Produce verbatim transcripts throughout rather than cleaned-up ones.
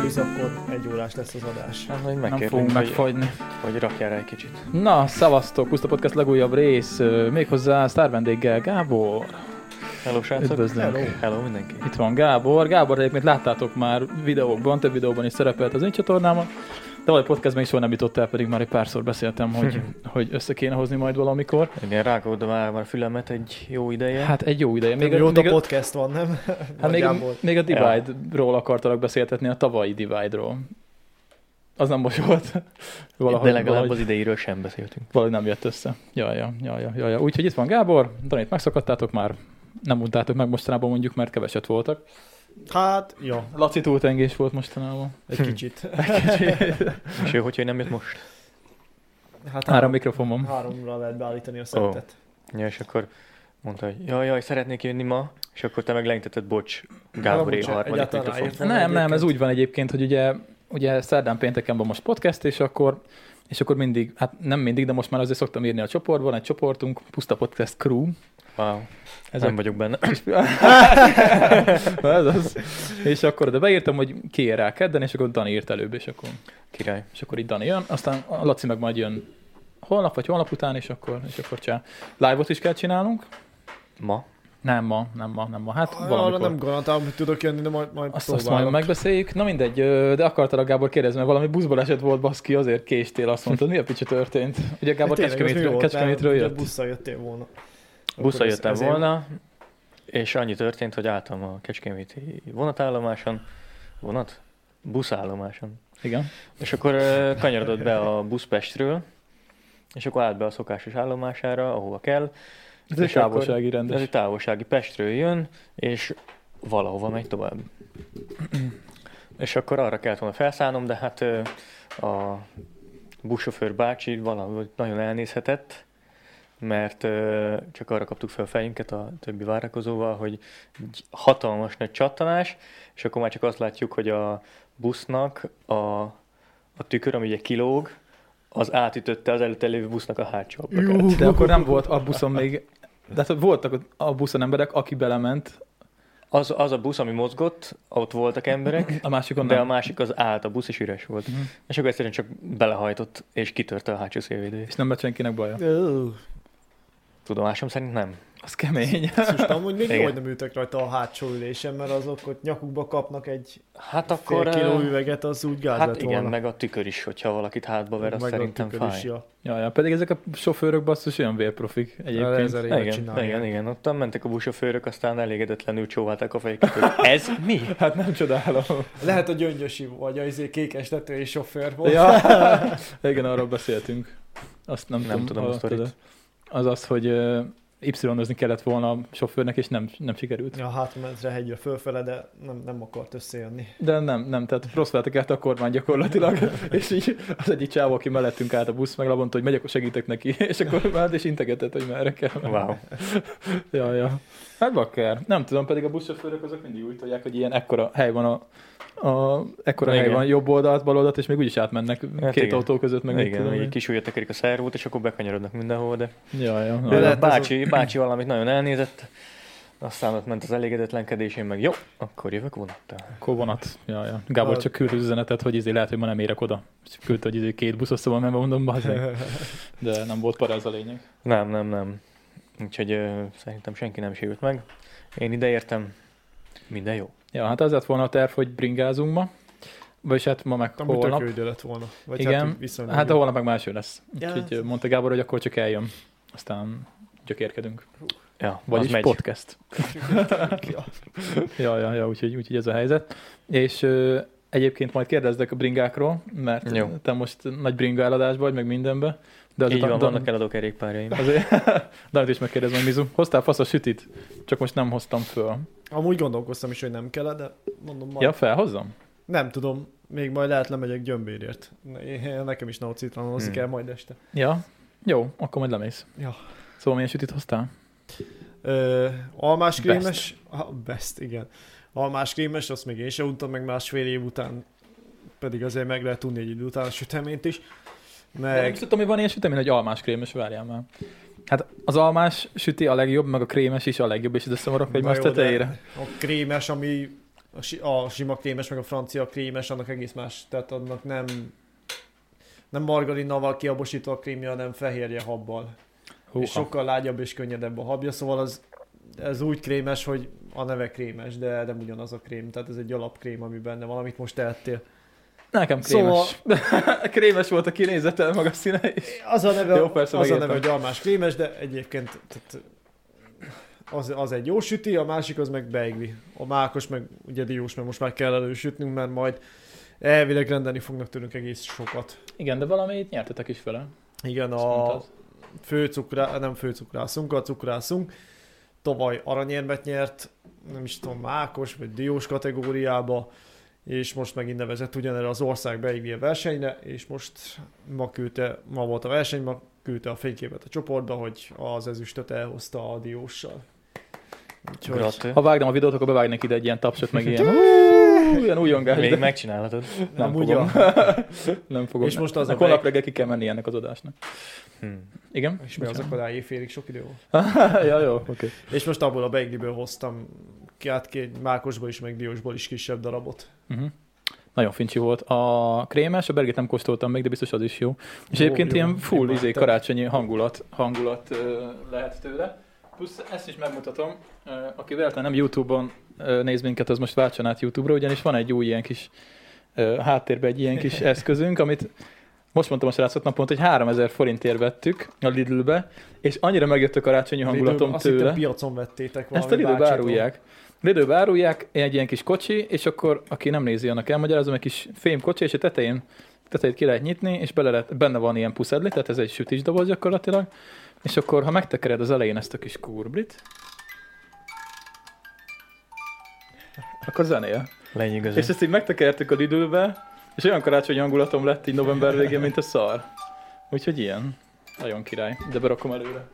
Biz, akkor egy órás lesz az adás. Hát, hogy nem fogunk megfagyni. Hogy rakjál rá egy kicsit. Na, szavaztok, Puszta Podcast legújabb rész, méghozzá sztár vendéggel, Gábor. Hello, srácok. Üdvözlünk. Hello. Hello mindenki. Itt van Gábor. Gábor egyébként láttátok már videókban, több videóban is szerepelt az én csatornámon. De valahogy podcastban is soha nem jutott el, pedig már egy párszor beszéltem, hogy, hogy össze kéne hozni majd valamikor. Igen, rágódom már, már fülemet egy jó ideje. Hát egy jó ideje. Még a, még a podcast van, nem? Hát még, még a Divide-ról akartalak beszéltetni, a tavalyi Divide-ról. Az nem most volt. Valahogy, De legalább valahogy, az idejéről sem beszéltünk. Valahogy nem jött össze. Jaj, jaj, jaj, jaj, jaj. Úgyhogy itt van Gábor, Danit megszakadtátok már. Nem mondtátok meg mostanában mondjuk, mert keveset voltak. Hát, jó. Laci túltengés volt mostanában. Egy kicsit. Egy kicsit. És ő, hogyha nem jött most? Hát három mikrofonom. Háromra lehet beállítani a szettet. Oh. Ja, és akkor mondta, hogy jaj, jaj, szeretnék jönni ma, és akkor te meg leintetted, bocs, Gáboré a harmadik mikrofon. Nem, nem, ez úgy van egyébként, hogy ugye, ugye szerdán pénteken van most podcast, és akkor és akkor mindig, hát nem mindig, de most már azért szoktam írni a csoportban, egy csoportunk, Puszta Podcast Crew. Wow, ezek... nem vagyok benne. Ez az. És akkor de beírtam, hogy ki ér rá kedden, és akkor Dani írt előbb, és akkor... Király. És akkor itt Dani jön, aztán a Laci meg majd jön holnap vagy holnap után, és akkor, és akkor csá. Live-ot is kell csinálnunk. Ma? Nem ma, nem ma, nem ma. Hát ah, valamikor. Nem garantálom, hogy tudok jönni, de majd, majd azt, azt majd megbeszéljük. Na mindegy, de akartalak Gábor kérdezni, mert valami buszból eset volt, baszki, azért késtél, azt mondtad. Mi a picsa történt? Ugye Gábor Kecskemétről, Kecskemétről jött? Busszal jöttél volna. Busszal jöttem ezért... volna, és annyi történt, hogy álltam a kecskeméti vonatállomáson. Vonat? Buszállomáson. Igen. És akkor kanyarodott be a busz Pestről, és akkor állt be a szokásos állomására, ahova kell. Ez egy távolsági rendes. Ez egy távolsági, Pestről jön, és valahova megy tovább. És akkor arra kellett volna felszállnom, de hát a buszsofőr bácsi valahogy nagyon elnézhetett, mert csak arra kaptuk fel a fejünket a többi várakozóval, hogy hatalmas nagy csattanás, és akkor már csak azt látjuk, hogy a busznak a, a tükör, ami ugye kilóg, az átütötte az előtte lévő busznak a hátsó ablakát. De akkor nem volt a buszon még, de hát voltak a buszon emberek, aki belement. Az, az a busz, ami mozgott, ott voltak emberek, a másikon de nem. a másik az állt, a busz is üres volt. Uh-huh. És akkor egyszerűen csak belehajtott, és kitörte a hátsó szélvédőjét. És nem lett senkinek baja? Uh. Tudomásom szerint nem. Az kemény. Szóval amúgy még jó, hogy nem ültek rajta a hátsó ülésen, mert azok ott nyakukba kapnak egy hát fél akkor, kiló üveget, az úgy gáz hát lett igen, volna. meg a tükör is, hogyha valakit hátba ver, az meg szerintem fáj. Is, ja. Ja, ja, pedig ezek a sofőrök basszus olyan vérprofik egyébként. Igen, igen, igen, ottan mentek a buszsofőrök, aztán elégedetlenül csóválták a fejüket, hogy ez mi? Hát nem csodálom. Lehet a Gyöngyösi vagy az kékes tetői sofőr volt. Ja. Igen, arról beszéltünk. Azt nem, nem tudom, tudom azt az az, hogy uh, Y-ozni kellett volna a sofőrnek, és nem, nem sikerült. Ja, hátmenetre hegyre fölfele, de nem, nem akart összejönni. De nem, nem, tehát rossz feltekelt a kormány gyakorlatilag, és így az egyik csávó, aki mellettünk állt a busz, meg mondta, hogy megyek, akkor segítek neki, és akkor már és integetett, hogy merre kell. Wow. ja, ja. Hát bakker. Nem tudom, pedig a buszsofőrök azok mindig úgy tudják, hogy ilyen ekkora hely van a A, ekkora igen. hely van, jobb oldalt, bal oldalt, és még úgyis átmennek hát két igen. autó között, meg igen, egy kis újra tekerik a szervót, és akkor bekanyarodnak mindenhol, de, ja, ja, de ja. a bácsi, bácsi valamit nagyon elnézett, aztán ott ment az elégedetlenkedés, én meg jó, akkor jövök vonattal. Akkor vonat, ja, ja. Gábor csak küldte üzenetet, hogy izé lehet, hogy ma nem érek oda. És küldte, hogy izé két buszos szóval, mert mondom, bazd de nem volt para, ez a lényeg. Nem, nem, nem. Úgyhogy uh, szerintem senki nem sérült meg. Én ide értem, minden jó. Ja, hát az lett volna a terv, hogy bringázunk ma. Vagyis hát ma meg Amúgy holnap. Amúgy tök lett volna. Vagy igen, hát, hát a holnap meg máső lesz. Ja. Úgyhogy mondta Gábor, hogy akkor csak eljön. Aztán gyökérkedünk. Ja, vagyis podcast. ja, ja, ja, úgyhogy, úgyhogy ez a helyzet. És ö, egyébként majd kérdezdek a bringákról, mert jó. Te most nagy bringa eladásba vagy, meg mindenbe. De így van, vannak eladó kerékpárjaim. Azért Danit is megkérdezem, hogy Mizu, hoztál fasz a sütit? Csak most nem hoztam föl. Amúgy gondolkoztam is, hogy nem kell, de mondom majd. Ja, felhozzam? Nem tudom, még majd lehet lemegyek Gyömbérért. Nekem is naucitlanozni hmm. kell majd este. Ja, jó, akkor majd lemész. Ja. Szóval milyen sütit hoztál? Ö, almás krémes. Best. Ah, best, igen. Almás krémes, azt még én sem untam meg másfél év után. Pedig azért meg lehet tudni egy idő után a süteményt is. Meg... Nem tudtam, hogy van ilyen sütemény, hogy almás krémes, várjál már. Hát az almás süti a legjobb, meg a krémes is a legjobb, és ide összemarok egymás tetejére. A krémes, ami a, si, a sima krémes, meg a francia krémes, annak egész más, tehát annak nem nem margarinnal kiabosítva a krémje, hanem fehérje habbal. És sokkal lágyabb és könnyedebb a habja, szóval az, ez úgy krémes, hogy a neve krémes, de nem ugyanaz a krém, tehát ez egy alapkrém, ami benne van, amit most tehettél. Nekem krémes. Szóval... krémes volt a kinézete, maga színe is. Az a neve, Jó, persze, az a neve hogy almás krémes, de egyébként tehát az, az egy jó süti, a másik az meg beigli. A mákos meg ugye diós, mert most már kell elősütnünk, mert majd elvileg rendelni fognak tőlünk egész sokat. Igen, de valamit nyertetek is vele. Igen, a főcukrá, nem főcukrászunk, a cukrászunk tavaly aranyérmet nyert, nem is tudom, mákos vagy diós kategóriába, és most megint nevezett ugyanerre az ország beigli a versenyre, és most ma küldte, ma volt a verseny, ma küldte a fényképet a csoportba, hogy az ezüstöt elhozta a dióssal. Úgyhogy... Ha vágnám a videót, akkor bevágnék ide egy ilyen tapsot, meg ilyen ilyen újongás. Még de... megcsinálhatod. Nem, nem fogom. Nem fogom. És most az a holnap reggel ki kell menni ennek az adásnak. Hmm. Igen? És mi az akadályé félig sok idő volt? Ja, jó, oké. Okay. És most abból a beigliből hoztam ki át két mákosból is, meg diósból is kisebb darabot. Uh-huh. Nagyon fincsi volt. A krémes, a bergét nem kóstoltam még, de biztos az is jó. És jó, egyébként jó, ilyen full izé, karácsonyi hangulat, hangulat uh, lehet tőle. Plusz ezt is megmutatom, uh, aki véletlenül nem YouTube-on uh, néz minket, az most váltson át YouTube-ra, ugyanis van egy új ilyen kis uh, háttérben egy ilyen kis eszközünk, amit most mondtam a srácoknak pont, hogy háromezer forintért vettük a Lidlbe, és annyira megjött a karácsonyi hangulatom Lidl, tőle. Azt piacon vettétek valami. Ezt a Lidlbe árulják. Lidlbe árulják, egy ilyen kis kocsi, és akkor aki nem nézi, annak elmagyarázom, egy kis fém kocsi, és a tetején, tetejét ki lehet nyitni, és bele lehet, benne van ilyen puszedli, tehát ez egy sütisdoboz gyakorlatilag, és akkor ha megtekered az elején ezt a kis kurblit, akkor zenél. Lenyűgöző. És ezt így megtekertük a Lidlbe, és olyan karácsonyi hangulatom lett így november végén, mint a szar. Úgyhogy ilyen. Nagyon király. De berakom előre.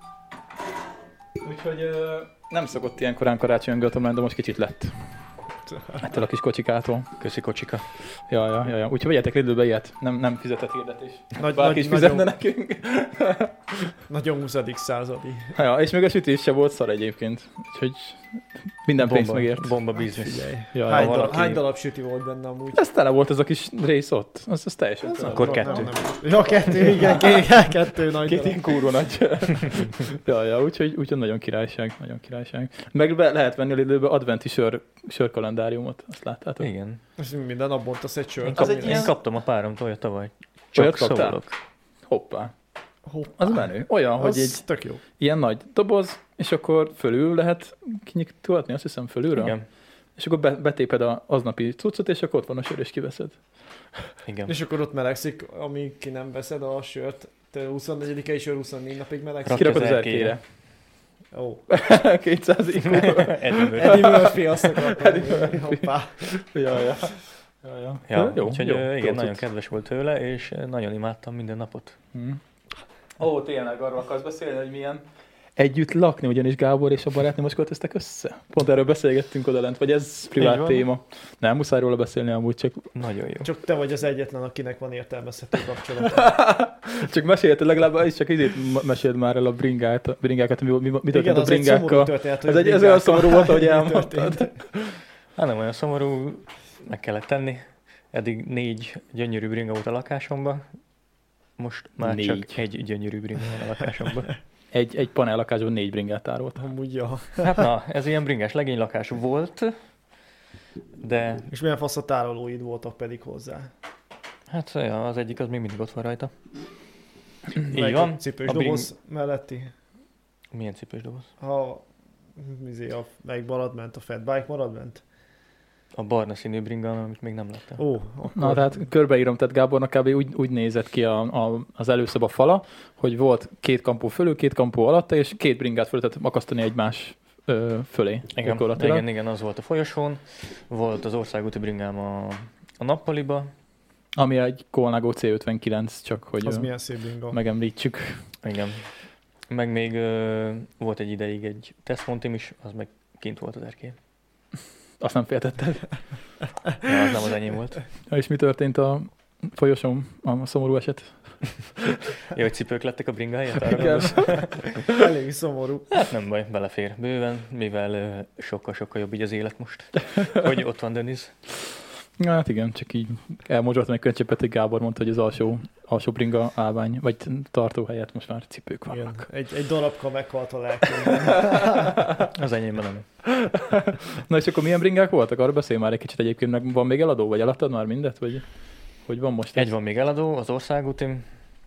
Úgyhogy uh, nem szokott ilyen korán karácsonyi hangulatom lenni, de most kicsit lett. Ettől a kis kocsikától. Köszi kocsika. Ja, ja, ja, ja. Úgyhogy vegyetek Lidlbe ilyet. Nem, nem fizetett hirdetés. Nagy, Bárki is fizetne nekünk. Nagyon huszadik századi. Ja, és még a sütés se volt szar egyébként. Úgyhogy minden bomba, pénzt megért. Bomba biznisz. Ja, hány, valaki... darab, hány darab süti volt benne amúgy? Ez tele volt ez a kis rész ott. Az, az teljesen. Az akkor nem, kettő. Nem, nem. Ja, kettő, igen, igen, kettő nagy Két ilyen kurva nagy. ja, ja, úgyhogy, úgyhogy nagyon királyság, nagyon királyság. Meg be lehet venni a Lidlbe adventi sör, sörkalendáriumot, azt láttátok? Igen. És minden nap bontasz egy sört. Én, kap, én ilyen... kaptam a páromtól olyat tavaly. Csak szólok. Hoppá. Hoppá. Az menő. Olyan, az hogy egy tök jó. Ilyen nagy doboz, és akkor fölül lehet kinyitolni, azt hiszem fölülről. Igen. És akkor be, betéped az aznapi cuccot, és akkor ott van a sör, és kiveszed. Igen. És akkor ott melegszik, amíg ki nem veszed a sört. Te huszonnegyedike sör huszonnégy napig melegszik. Kirakod az erkére. Ó. Oh. kétszáz ikú. Eddie Murphy azt akartam. Hoppá. Ja, ja. Ja, ja. ja, jó, úgyhogy jó, igen, jó nagyon kedves volt tőle, és nagyon imádtam minden napot. Hmm. Ó, tényleg arról akarsz beszélni, hogy milyen együtt lakni, ugyanis Gábor és a barátnő most költöztek össze. Pont erről beszélgettünk odalent, vagy ez privát téma. Nem, muszáj róla beszélni amúgy, csak... Nagyon jó. Csak te vagy az egyetlen, akinek van értelmezhető kapcsolata. Csak mesélted, legalább is csak izét meséld már el a bringát, a bringákat, mi, mi, mi történt a bringákkal. Történet, ez egy ez olyan szomorú volt, ahogy elmondtad. Hát nem olyan szomorú, meg kellett tenni. Eddig négy gyönyörű bringa volt a lakásomban. Most már négy. Csak egy gyönyörű bringa van a lakásomban. Egy, egy panel lakásban négy bringát tárolt. Amúgy, ja. Hát na, ez ilyen bringás legény lakás volt, de... És milyen fasz a tárolóid voltak pedig hozzá? Hát ja, az egyik az még mindig ott van rajta. Így van. Cipős a doboz bring... melletti. Milyen cipős doboz? Ha mizé, a, melyik marad ment? A Fatbike marad ment? A barna színű bringa, amit még nem láttam. Ó, akkor... Na, tehát körbeírom, tehát Gábornak kb. úgy, úgy nézett ki a, a, az előszoba fala, hogy volt két kampó fölül, két kampó alatta, és két bringát föl, tehát akasztani egymás ö, fölé. Igen, igen, igen, az volt a folyosón. Volt az országúti bringám a, a nappaliba. Ami egy Colnago cé ötvenkilenc, csak hogy az milyen szép bringa. Megemlítsük. Igen. Meg még ö, volt egy ideig egy tesztmontim is, az meg kint volt az erkélyen. Azt nem féltetted. Ja, az nem az enyém volt. Ja, és mi történt a folyosón, a szomorú eset? Jó, hogy cipők lettek a bringa helyett? Arra Igen. gondolsz? Elég szomorú. Hát nem baj, belefér bőven, mivel ö, sokkal-sokkal jobb így az élet most. Hogy ott van Deniz. Ja, hát igen, csak így elmozdultam egy könycsepet, hogy Gábor mondta, hogy az alsó, alsó bringa állvány, vagy tartó helyett most már cipők Igen. vannak. Egy, egy darabka meghalt a lelkén. Az enyémben nem. Na és akkor milyen bringák voltak? Arra beszélj már egy kicsit egyébként, meg van még eladó, vagy eladtad már mindet? Vagy hogy van most? Egy van még eladó, az országútim.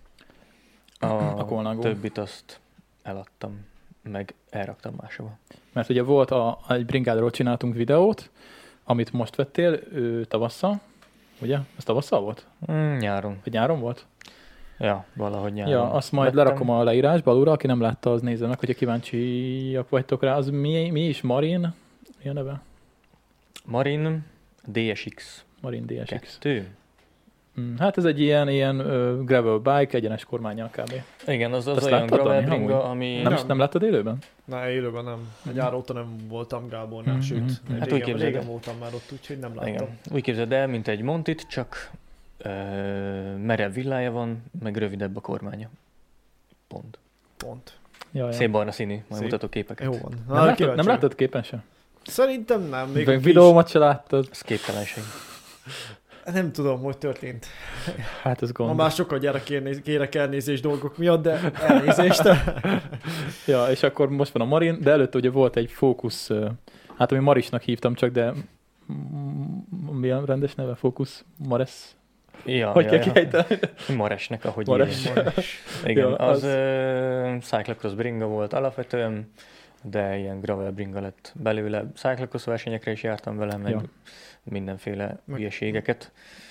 A, A Colnago. többit azt eladtam, meg elraktam máshova. Mert ugye volt a, egy bringádról csináltunk videót, amit most vettél ő, tavasszal, ugye? Ez tavasszal volt? Mm, nyáron. Vagy nyáron volt? Ja, valahogy nyáron. Ja, azt majd vettem. lerakom a leírásba alulra, aki nem látta, az nézze meg, hogyha kíváncsiak vagytok rá. Az mi, mi is? Marin? Mi a neve? Marin dé es iksz Marin dé es iksz. kettő. Mm, hát ez egy ilyen, ilyen uh, gravel bike, egyenes kormánnyal kb. Igen, az az Azt olyan láttad, gravel Dani, bringa, amúgy? ami... Nem, Nem. nem láttad élőben? Na, élőben nem. Egy ára óta nem voltam Gábornál, Mhm. sőt, Hát úgy régen, képzeld régen el. voltam már ott, úgyhogy nem láttam. Igen. Úgy képzeld el, mint egy Montit, csak ö, merev villája van, meg rövidebb a kormánya. Pont. Pont. Ja, ja. Szép barna színű, majd Szép. mutatok képeket. Jó van. Nem, láttad, kíváncsi nem vagyok. láttad képen sem? Szerintem nem. Még Még a kis- videómat se láttad? Ez képtelenség. Nem tudom, hogy történt. Hát ez Ma gond. már sokkal gyerek kérnéz, kérek elnézést dolgok miatt, de elnézést. Ja, és akkor most van a Marin, de előtte ugye volt egy Focus, ö, hát ami Marisnak hívtam csak, de mm, mi a rendes neve? Focus? Mares? Ja, Hogy ja, kell ja. kiejteni? Maresnek, ahogy Mares. írják. Igen, Ja, az, az- az... cyclocross bringa volt alapvetően, de ilyen gravel bringa lett belőle. Cyclocross versenyekre is jártam vele, meg Ja. mindenféle Meg- hülyeségeket.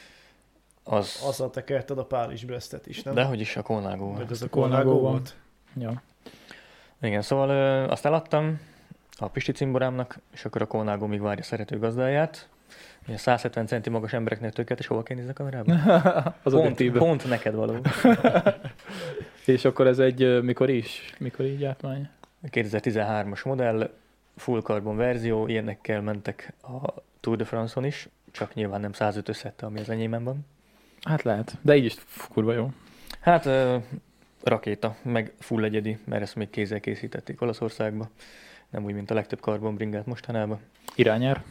Az, Azzal tekerted a Párizs-Brestet is, nem? de hogy is a Colnago Vagy volt. az a Colnago Colnago van. volt? Ja. Igen, szóval ö, azt eladtam a Pisti cimborámnak, és akkor a Colnago még várja szerető gazdáját. Ilyen száz hetven centi magas embereknek tökéletes, hova kell nézni a kamerában? Az Pont, objektívbe. pont neked való. És akkor ez egy ö, mikor is? Mikor így gyártmány? kétezer-tizenhármas modell, full carbon verzió, ilyenekkel mentek a Tour de France-on is, csak nyilván nem száz ötös szette, ami az enyémben van. Hát lehet, de így is f- kurva jó. Hát ö, rakéta, meg full egyedi, mert ezt még kézzel készítették Olaszországba. Nem úgy, mint a legtöbb carbon bringát mostanában. Irányár?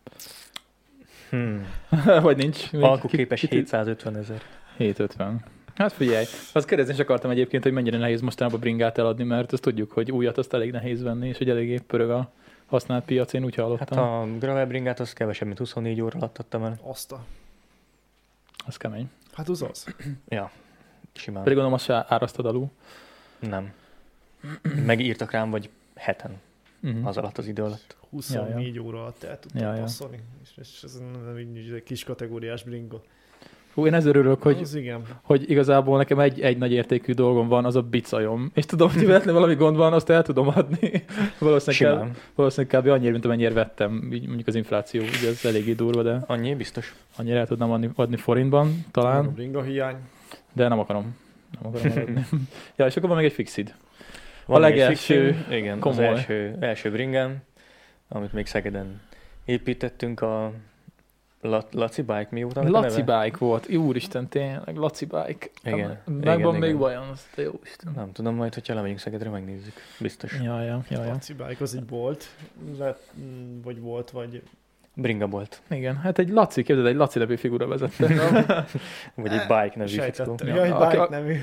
Hmm. Vagy nincs? Még Alkuképes ki- ki- hétszázötven ezer. hétszázötven. Hát figyelj, azt kérdezni is akartam egyébként, hogy mennyire nehéz mostanában bringát eladni, mert azt tudjuk, hogy újat azt elég nehéz venni, és hogy eléggé pörög a használt piac, én úgy Hát hallottam. a gravel bringát az kevesebb, mint huszonnégy óra adtattam el. Azt a... Az kemény. Hát az az. Ja, simán. Pedig gondolom, azt se árasztad alul. Nem. Megírtak rám, vagy heten Uh-huh. az alatt az idő alatt. huszonnégy óra alatt el tudtam Ja, ja. passzolni. És, és ez nem így egy kis kategóriás bringa. Hú, én ezzel örülök, hogy, Az igen. hogy igazából nekem egy, egy nagy értékű dolgom van, az a bicajom. És tudom, hogy véletlenül valami gond van, azt el tudom adni. Valószínűleg, Simán. valószínűleg kb. Annyira, mint amennyire vettem, így mondjuk az infláció, ugye ez eléggé durva, de Annyi, biztos. annyira el tudnám adni, adni forintban A talán, bringa hiány. de nem akarom. Nem akarom eladni. Ja, és akkor van még egy fixid. Van A még egy legelső fixünk, igen, komoly. az első, első bringám, amit még Szegeden építettünk, a La- Laci Bike, mi volt annak a Laci neve? bike volt, úristen, tényleg, Laci bike. Igen, Megvan igen, még igen. vajon, azt te jó Isten. Nem tudom, majd, hogyha lemegyünk Szegedre, megnézzük. Biztos. Ja, ja, ja, ja. Laci bike, az egy volt. Lett, mm, vagy volt, vagy... Bringa volt. Igen, hát egy Laci, képzeld, egy Laci nevű figura vezette. Vagy egy bike nevű fickó. Sejtettem. Ja, Ja, egy aki- bike nevű.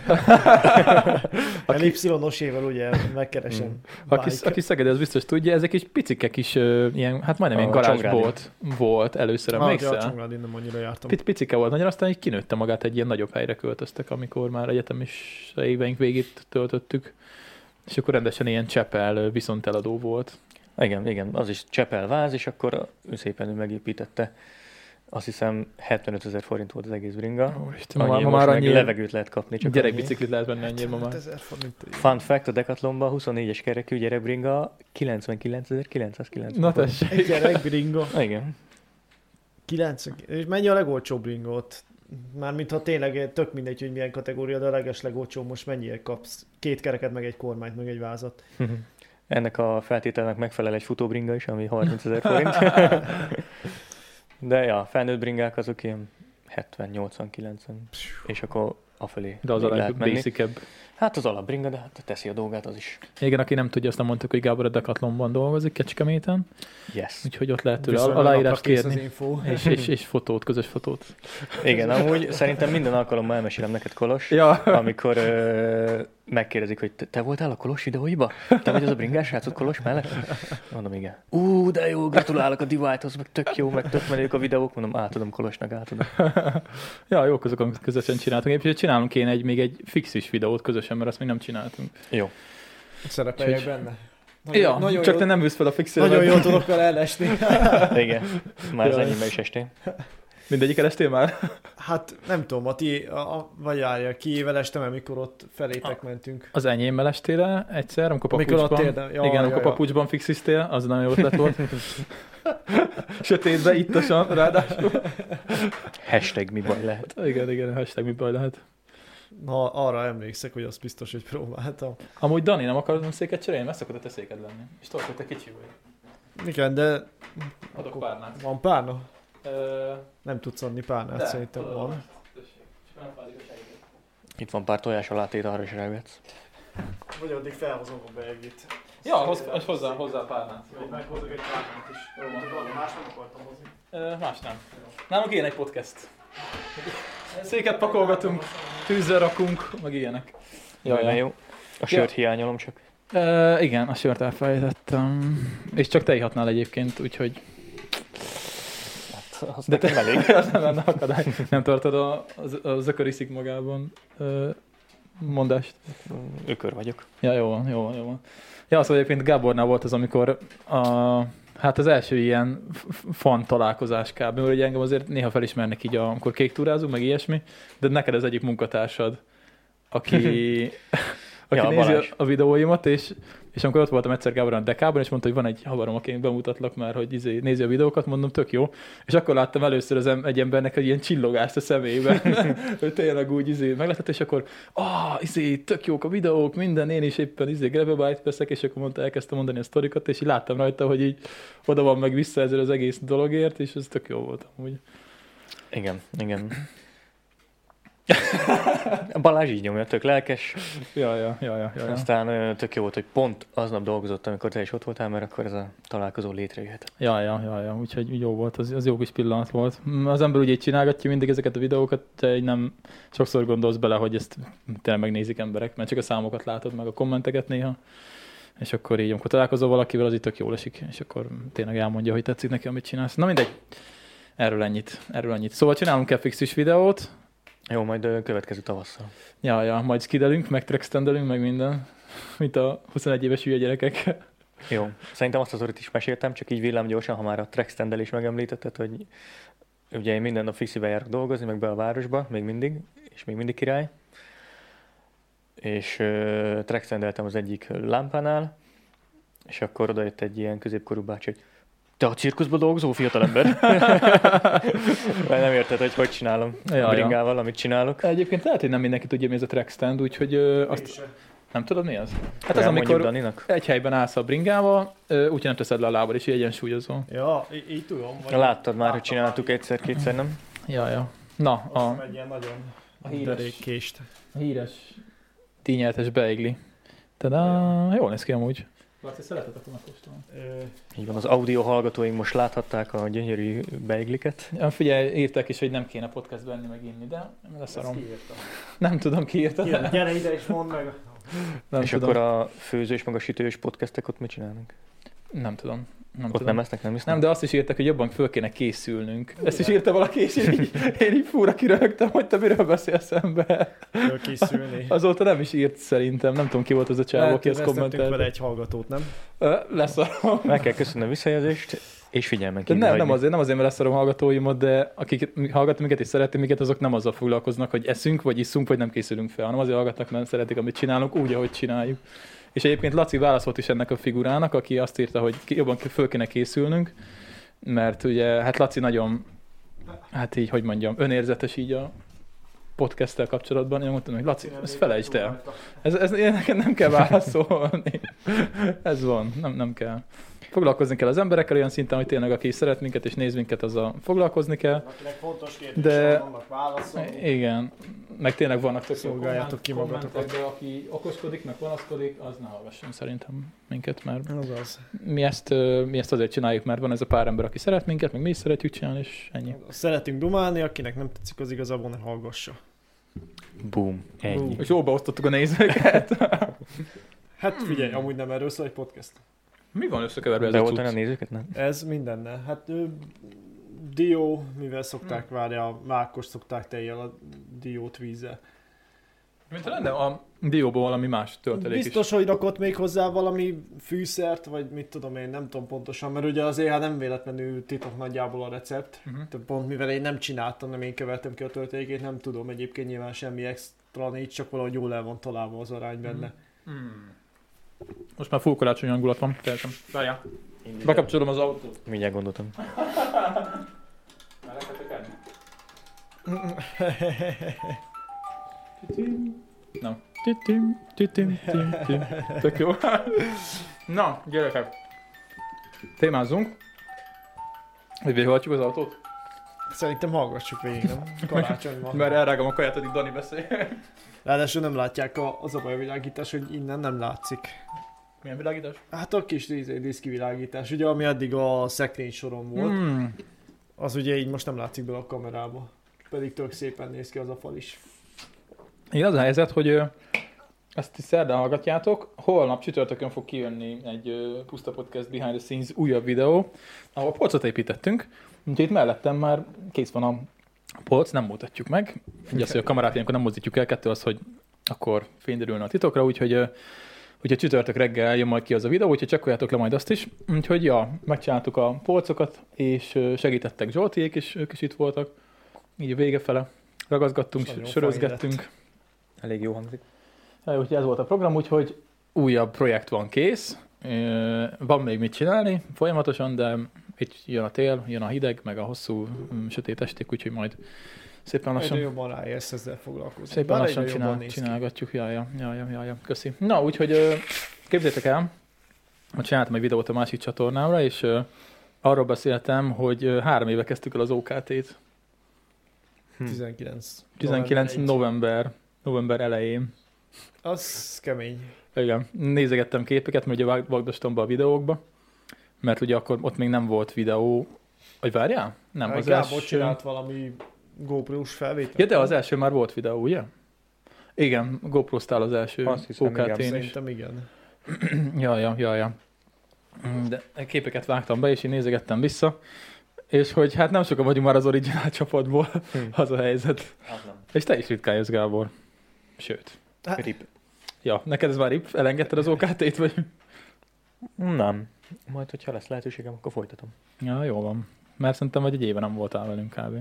Aki- Y-osével ugye megkeresem. Mm. Aki, Bike. aki Szeged, az biztos tudja, ezek is picike kis, ö, ilyen, hát majdnem ilyen A garázsbolt volt először, Ah, de a emlékszel? Csongrád, nem annyira jártam. Pic- Picike volt nagyon, aztán így kinőtte magát, egy ilyen nagyobb helyre költöztek, amikor már egyetemis éveink végét töltöttük. És akkor rendesen ilyen Csepel ö, viszonteladó volt. Igen, igen, az is Csepel váz, és akkor ő szépen ő megépítette. Azt hiszem hetvenöt ezer forint volt az egész bringa. Úristen, Annyi, ma, ma most már meg annyi levegőt lehet kapni. Csak annyi. gyerekbiciklit lehet venni annyira ma már. ezer forint. Fun fact, a Decathlonban huszonnégyes kerekű gyerekbringa kilencvenkilencezer-kilencszázkilencven. Na forint. tessék. Egy gyerek bringa. Igen. kilencven. És mennyi a legolcsóbb bringa ott? Mármint ha tényleg tök mindegy, hogy milyen kategória, de a leges legolcsó most mennyire kapsz? Két kereket, meg egy kormányt, meg egy vázat. Ennek a feltételnek megfelel egy futóbringa is, ami harmincezer forint. De ja, felnőtt bringák azok ilyen hetven nyolcvan kilencven. És akkor afelé De az a legbasic-ebb. Hát az alapbringa, de hát teszi a dolgát az is. Igen, aki nem tudja, azt nem mondtuk, hogy Gábor a Decathlonban dolgozik Kecskeméten. Yes. Úgyhogy ott lehet tőle aláírást kérni. És, és, és fotót, közös fotót. Igen, amúgy szerintem minden alkalommal elmesélem neked, Kolos, ja. amikor ö, megkérdezik, hogy te, te voltál a Kolos videóiba? Te vagy az a bringás srácod Kolos mellett? Mondom, igen. Ú, de jó, gratulálok a Divide-hoz, meg tök jó, meg tök menők a videók. Mondom, átadom Kolosnak, átadom. Ja, jók azok, amit közösen csináltunk. Épp, csinálunk én egy, még egy fixis videót közösen, mert azt még nem csináltunk. Jó. Szerepeljek Úgy, benne. Nagyon, ja, nagyon csak jó, te nem ülsz fel a fixére. Nagyon jól tudok vele elesni. Igen, már az enyémben is estén. Mindegyik elestél már? Hát nem tudom, a ti, a, a, vagy járja, kiével estem, amikor ott felétek mentünk. Az enyémmel estél el egyszer, amikor papucsban. Amikor ja, igen, ja, amikor ja. papucsban fixiztél, az nagyon jó ötlet volt. Sötétbe, ittasan, ráadásul. Hashtag mi baj lehet. Igen, igen, hashtag mi baj lehet. Na, arra emlékszek, hogy az biztos, hogy próbáltam. Amúgy Dani, nem akarod széket cserélni? Mert szokott a te széked lenni. És tudod, hogy te kicsi vagy. Igen, de... Adok párnát. Van párna? Ö... Nem tudsz adni párnát, De, szerintem tudom, van. Itt van pár tojás alátét, arra is rávetsz. Vagy addig felhozom a beegit. Ja, hoz, hozzá, hozzá párnát. Jó, meghozok egy párnát is. Jó, van, más nem akartam hozni. Ö, más nem. Nálunk ilyen egy podcast. Széket pakolgatunk, tűzzel rakunk, meg ilyenek. Jaj, jaj. Jó. A sört ja. hiányolom csak. Uh, igen, a sört elfelejtettem. És csak te ihatnál egyébként, úgyhogy... Hát, az de te elég. az nem lenne akadály. Nem tartod a, a, a zökör iszik magában uh, mondást? Ökör vagyok. Ja, jó van, jó van, jó van. Ja, szóval egyébként Gábornál volt az, amikor a... Hát az első ilyen fan találkozás kb. Mert ugye engem azért néha felismernek így, amikor kéktúrázunk, meg ilyesmi, de neked az egyik munkatársad, aki, aki ja, nézi Balázs. a videóimat, és, és amikor ott voltam egyszer Gáboron a Dekában, és mondta, hogy van egy haverom, aki bemutatlak már, hogy izé, nézi a videókat, mondom, tök jó. És akkor láttam először az em- egy embernek egy ilyen csillogást a szemébe, hogy tényleg úgy izé meglátett, és akkor ah, izé, tök jók a videók, minden, én is éppen izé Gravelbyte veszek, és akkor mondta, elkezdtem mondani a sztorikat, és így láttam rajta, hogy így oda van meg vissza ezzel az egész dologért, és ez tök jó volt amúgy. Igen, igen. Balázs így nyomja, tök lelkes. Ja, ja, ja, ja, ja. Aztán ö, tök jó volt, hogy pont aznap dolgozott, amikor te is ott voltál, mert akkor ez a találkozó létrejöhetett. Ja, ja, ja, ja, úgyhogy jó volt, az, az jó kis pillanat volt. Az ember ugye így csinálgatja mindig ezeket a videókat, de így nem sokszor gondolsz bele, hogy ezt tényleg megnézik emberek, mert csak a számokat látod, meg a kommenteket néha. És akkor így, amikor találkozol valakivel, az így tök jól esik, és akkor tényleg elmondja, hogy tetszik neki, amit csinálsz. Na mindegy, erről ennyit, erről ennyit. Szóval csinálunk egy fixis videót. Jó, majd ö, következő tavasszal. Ja, ja, majd skidelünk, meg trackstandelünk, meg minden, mint a huszonegy éves hülye gyerekek. Jó, szerintem azt az orrit is meséltem, csak így villám gyorsan, ha már a trackstandel is megemlítetted, hogy ugye én minden nap fixivel járok dolgozni, meg be a városba, még mindig, és még mindig király. És uh, trackstandeltem az egyik lámpánál, és akkor odajött egy ilyen középkorú bácsi, hogy te a cirkuszban dolgozó fiatalember? Mert nem érted, hogy hogy csinálom Ja, a bringával, amit csinálok. Egyébként lehet, hogy nem mindenki tudja, mi ez a trackstand, úgyhogy ö, azt... Nem tudod, mi az? Hát az, Elmondjuk amikor Daninak. egy helyben állsz a bringával, úgyhogy nem teszed le a lábad, és így egyensúlyozol. Ja, í- így tudom. Vagy Láttad már, hogy csináltuk egyszer-kétszer, nem? Ja, ja. Na, a, Egy ilyen nagyon a híres, derékkést. a híres díjnyertes beigli. Tada, jól néz ki amúgy. Laci, szereted, akkor megkóstolom. Így van, az audio hallgatóink most láthatták a gyönyörű beigliket. Ja, figyelj, írták is, hogy nem kéne podcastben enni meg inni, de leszarom. Nem tudom, ki írta. Gyere, gyere ide és mondd meg. Nem És tudom. akkor a főzős meg a sütős podcastek ott mit csinálnak? Nem tudom. Nem Ott tudom. nem esznek, nem isznak? Nem, de azt is írtak, hogy jobban föl kéne készülnünk. Ezt is írta valaki, és én így, én így fúra kiröhögtem, hogy te miről beszélsz ember. Fölkészülni. Azóta nem is írt szerintem, nem tudom ki volt az a csávó, aki ezt kommentelt. vele egy hallgatót, nem? Leszarom. Meg kell köszönni a visszajelzést, és figyelmen De kívül nem, hagyni. nem azért, nem azért, mert leszarom hallgatóimat, de akik hallgatnak minket és szeretik minket, azok nem azzal foglalkoznak, hogy eszünk, vagy iszunk, vagy nem készülünk fel, hanem azért hallgatnak, mert szeretik, amit csinálunk, úgy, ahogy csináljuk. És egyébként Laci válaszolt is ennek a figurának, aki azt írta, hogy jobban föl kéne készülnünk, mert ugye, hát Laci nagyon, hát így, hogy mondjam, önérzetes így a podcasttel kapcsolatban. Én mondtam, hogy Laci, ezt felejtsd el. Ez, ez, nekem nem kell válaszolni. Ez van, nem, nem kell. foglalkozni kell az emberekkel olyan szinten, hogy tényleg aki szeret minket és néz minket, azzal foglalkozni kell. Akinek fontos kérdés, de vannak válaszolni. igen, meg tényleg vannak tök jó Szolgáljátok ki komment- magatokat. kommentek, de aki okoskodik, meg panaszkodik, az ne hallgasson szerintem minket, mert Azaz. mi ezt, ö, mi ezt azért csináljuk, mert van ez a pár ember, aki szeret minket, meg mi is szeretjük csinálni, és ennyi. Szeretünk dumálni, akinek nem tetszik, az igazából ne hallgassa. Boom. Ennyi. Boom. És jóba osztottuk a nézőket. Hát figyelj, amúgy nem erről szól egy podcast. Mi van összekeverve ez a Beoltani a cucc? nézőket, nem? Ez mindenne. Hát ő, dió, mivel szokták várni, a mákos szokták tejjel a diót vízzel. Mint lenne a dióban valami más töltelék Biztos, hogy rakott még hozzá valami fűszert, vagy mit tudom én, nem tudom pontosan, mert ugye azért hát nem véletlenül titok nagyjából a recept. is. Uh-huh. Tehát pont mivel én nem csináltam, nem én kevertem ki a töltelékét, nem tudom egyébként nyilván semmi extra nincs, csak valahogy jól el van találva az arány benne. Hmm. Most már full karácsonyi hangulat van, teljesen. Várjál. Bekapcsolom az autót. Mindjárt gondoltam. Már lehet tekerni? Nem. Titim, titim, tim, tim. Tök jó. Na, gyerekek. Témázzunk. Hogy végighallgatjuk az autót? Szerintem hallgassuk végig, nem? Karácsony van. Mert elrágom a kaját, addig Dani beszél. Ráadásul nem látják a, az a baj a világítás, hogy innen nem látszik. Milyen világítás? Hát a kis diszkivilágítás, ugye ami eddig a szekrény soron volt, Mm. az ugye így most nem látszik bele a kamerába. Pedig tök szépen néz ki az a fal is. Igen, az a helyzet, hogy ö, ezt is szerdán hallgatjátok, holnap csütörtökön fog kijönni egy ö, Puszta Podcast Behind the Scenes újabb videó, ahol polcot építettünk, úgyhogy itt mellettem már kész van a polc, nem mutatjuk meg. Ugye az, hogy a kamerát ilyenkor nem mozdítjuk el, kettő az, hogy akkor fényderülne a titokra, úgyhogy, ö, úgyhogy csütörtök reggel jön majd ki az a videó, úgyhogy csekkoljátok le majd azt is. Úgyhogy ja, megcsináltuk a polcokat, és ö, segítettek Zsoltiék is, ők is itt voltak, így a vége fele ragaszgattunk, És nagyon sörözgettünk. Elég jó hangzik. Ja, úgyhogy ez volt a program, úgyhogy újabb projekt van kész. Ö, Van még mit csinálni folyamatosan, de itt jön a tél, jön a hideg, meg a hosszú mm, sötét esték, úgyhogy majd szépen Egyre lassan, jobban ráérsz ezzel foglalkozni. szépen Bár lassan egyre jobban csinál, néz ki. csinálgatjuk. Ja, ja, ja, ja, ja, ja. Köszi. Na, úgyhogy ö, képzétek el, hogy csináltam egy videót a másik csatornámra, és ö, arról beszéltem, hogy ö, három éve kezdtük el az ó ká té-t. Hm. tizenkilenc. tizenkilenc egy. november, november elején. Az kemény. Igen, nézegettem képeket, mert ugye vág- vágdostam be a videókba, mert ugye akkor ott még nem volt videó. Vagy várjál? Nem, az Gábor első... csinált valami GoPro-s felvételt. Ja, de az első már volt videó, ugye? Igen, GoPro-ztál az első Azt hiszem, ó ká té-n is. Szerintem igen. Ja, ja, ja, ja. De képeket vágtam be, és én nézegettem vissza, és hogy hát nem sokan vagyunk már az originál csapatból, Hm. az a helyzet. Az nem. És te is ritkán jössz, Gábor. Sőt. Hát, Rip. Ja, neked ez már rip? Elengedted az ó ká té-t, vagy? Nem. Majd, hogyha lesz lehetőségem, akkor folytatom. Ja, jó van. Mert szerintem vagy egy éve nem voltál velünk kb.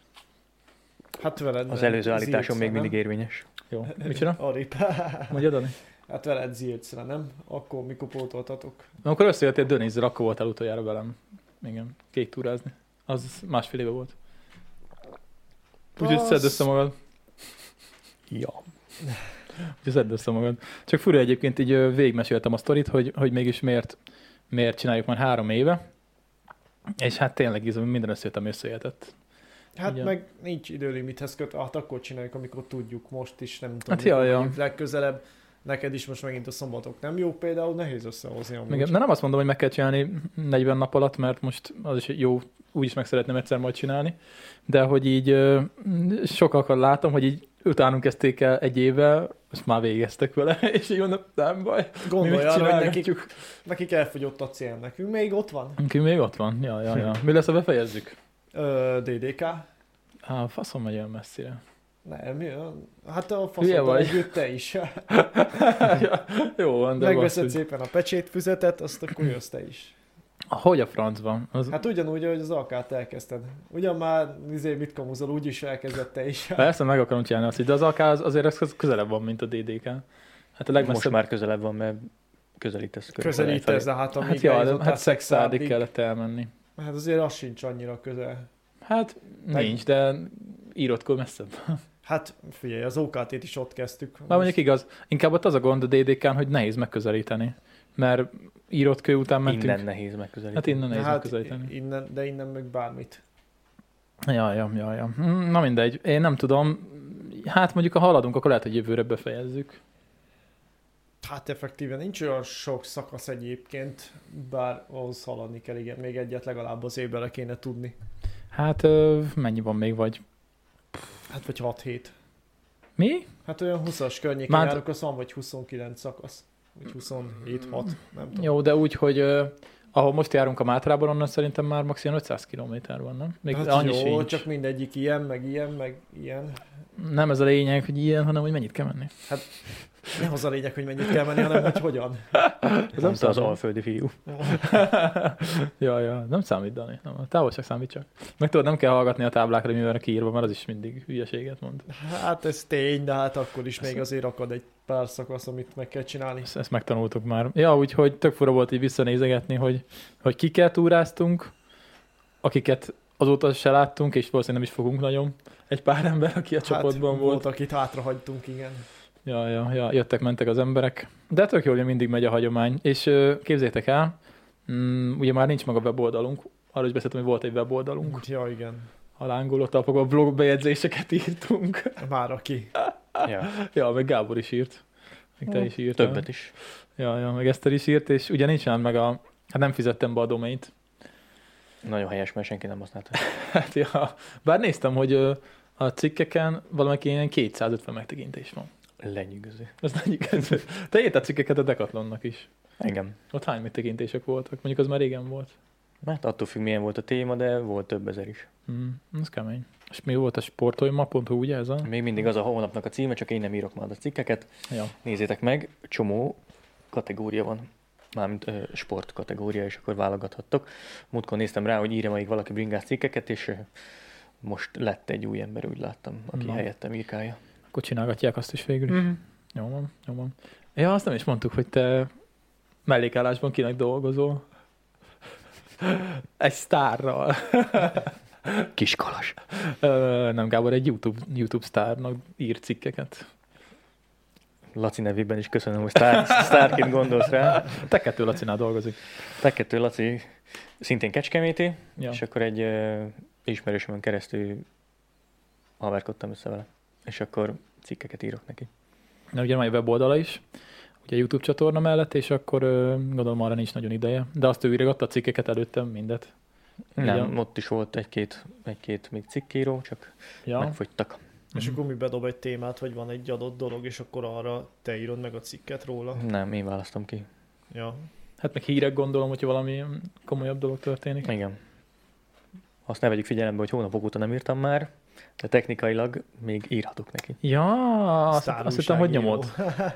hát veled Az előző nem. állításom még Zilcre, mindig érvényes. Jó. Mit csinál? nem? A rip. Mondja, Dani? Hát veled Zilcre, nem? Akkor mikor pótoltatok? Amikor összejöttél Dönizzel, akkor voltál utoljára velem. Igen, kék túrázni. Az másfél éve volt. Úgyhogy Az- szedd össze magad. Ja. Úgyhogy szedd össze magad. Csak fura egyébként így ö, végigmeséltem a sztorit, hogy, hogy mégis miért, miért csináljuk már három éve. És hát tényleg izom, minden összejött, ami összejöhetett. Hát Igen. meg nincs időlimithez kötve, hát akkor csináljuk, amikor tudjuk, most is nem tudom. Hát ja, mikor ja. vagyunk legközelebb. Neked is most megint a szombatok nem jó, például nehéz összehozni amúgy. Igen, de nem azt mondom, hogy meg kell csinálni negyven nap alatt, mert most az is jó, úgy is meg szeretném egyszer majd csinálni. De hogy így ö, sokakat látom, hogy így utánunk kezdték el egy évvel, most már végeztek vele, és így mondom, nem baj, mi Gondolj még arra, hogy nekik, csinálgatjuk. nekik elfogyott a cél, nekünk még ott van. Nekünk még ott van, ja, ja, ja. Mi lesz, ha befejezzük? Ö, dé dé ká. Á, faszom megy olyan messzire. Nem, mi olyan? Hát a Hülye faszodban vagy. együtt te is. Ja, jó van, de Megveszed basszus. szépen a pecsétfüzetet, azt akkor jössz te is. Hogy a francban? Az... Hát ugyanúgy, ahogy az alkát elkezdted. Ugyan már izé mit kamuzol, úgyis elkezdett te is. Persze, meg akarom csinálni azt, de az alká az, azért ez közelebb van, mint a dé dé ká. Hát a legmesszebb... Most már közelebb van, mert közelítesz. Közelítesz, de hát amíg Hát ja, de, eljutottál hát szexádig Szexárdig, kellett elmenni. Hát azért az sincs annyira közel. Hát Meg- nincs, de írótkor messzebb. Hát figyelj, az ó ká té-t is ott kezdtük. Már mondjuk igaz, inkább ott az a gond a dé dé kán, hogy nehéz megközelíteni. Mert írott kő után mentünk. Innen nehéz megközelíteni. Hát innen nehéz Hát megközelíteni. innen, de innen meg bármit. Ja, ja, ja, ja. Na mindegy, én nem tudom. Hát mondjuk, ha haladunk, akkor lehet, hogy jövőre befejezzük. Hát effektíven nincs olyan sok szakasz egyébként, bár ahhoz haladni kell, igen, még egyet legalább az évre kéne tudni. Hát ö, mennyi van még, vagy? Hát vagy hat hét. Mi? Hát olyan húszas környékén Már- járok, az van vagy huszonkilenc szakasz. Vagy huszonhét hat, nem tudom. Jó, de úgy, hogy ö, ahol most járunk a Mátrában, onnan szerintem már maximum ötszáz kilométer van, nem? Még Hát annyi jó, sincs. csak mindegyik ilyen, meg ilyen, meg ilyen. Nem ez a lényeg, hogy ilyen, hanem hogy mennyit kell menni. Nem az a lényeg, hogy mennyit kell menni, hanem hogy hogyan. Ez nem az alföldi fiú. ja, ja, nem számít, Dani. Nem, a távolság számít csak. Meg tudod, nem kell hallgatni a táblákra, mi van kiírva, mert az is mindig hülyeséget mond. Hát ez tény, de hát akkor is még azért akad egy pár szakasz, amit meg kell csinálni. Ezt, ezt megtanultuk már. Ja, úgyhogy tök fura volt így visszanézegetni, hogy, hogy kiket túráztunk, akiket azóta se láttunk, és valószínűleg nem is fogunk nagyon. Egy pár ember, aki a Hát csapatban volt. volt, akit hátrahagytunk, igen. Ja, ja, ja, jöttek, mentek az emberek. De tök jó, hogy mindig megy a hagyomány. És ö, képzétek el, mm, ugye már nincs meg a weboldalunk. Arról is beszéltem, hogy volt egy weboldalunk. Ja, igen. A lángoló tapokban blogbejegyzéseket írtunk. Már aki. Ja. Ja, meg Gábor is írt. Meg te is írtál. Többet is. Ja, ja, meg Eszter is írt, és ugye nincsen meg a... Hát nem fizettem be a domaint. Nagyon helyes, mert senki nem használta. Hát ja, bár néztem, hogy ö, a cikkeken valamelyik ilyen kétszázötven megtekintés van. Lenyűgöző. Ez nagyon igaz. Te írtál cikkeket a Decathlonnak is. Engem. Ott hány megtekintések voltak? Mondjuk az már régen volt. Mert attól függ, milyen volt a téma, de volt több ezer is. Mm, ez kemény. És mi volt a sportolma pont hu, ugye ez a? Még mindig az a hónapnak a címe, csak én nem írok már a cikkeket. Ja. Nézzétek meg, csomó kategória van. Mármint ö, sport kategória, és akkor válogathattok. Múltkor néztem rá, hogy írja még valaki bringás cikkeket, és ö, most lett egy új ember, úgy láttam, aki Na. helyettem írkálja. Akkor csinálgatják azt is végül is. Mm. Jó van, jó van. Ja, azt nem is mondtuk, hogy te mellékállásban kinek dolgozol. Egy sztárral. Kiskalas. Ö, nem, Gábor, egy YouTube, YouTube sztárnak ír cikkeket. Laci nevében is köszönöm, hogy sztár, sztárként gondolsz rá. Te kettő Lacinál dolgozik. Tekettő Laci szintén Kecskeméti, Ja. és akkor egy ö, ismerősömön keresztül haverkodtam össze vele. És akkor cikkeket írok neki. Na, ugye van egy weboldala is, ugye YouTube csatorna mellett, és akkor ö, gondolom arra nincs nagyon ideje. De azt ő írogatta a cikkeket előttem, mindet. Nem, Igen. ott is volt egy-két, egy-két még cikkíró, csak Ja. megfogytak. És akkor mi bedob egy témát, vagy van egy adott dolog, és akkor arra te írod meg a cikket róla. Nem, én választom ki. Ja. Hát meg hírek gondolom, hogyha valami komolyabb dolog történik. Igen. Azt ne vegyük figyelembe, hogy hónapok óta nem írtam már, de technikailag még írhatok neki. Ja, azt, Sztár azt hittem, hogy újságíró. nyomod.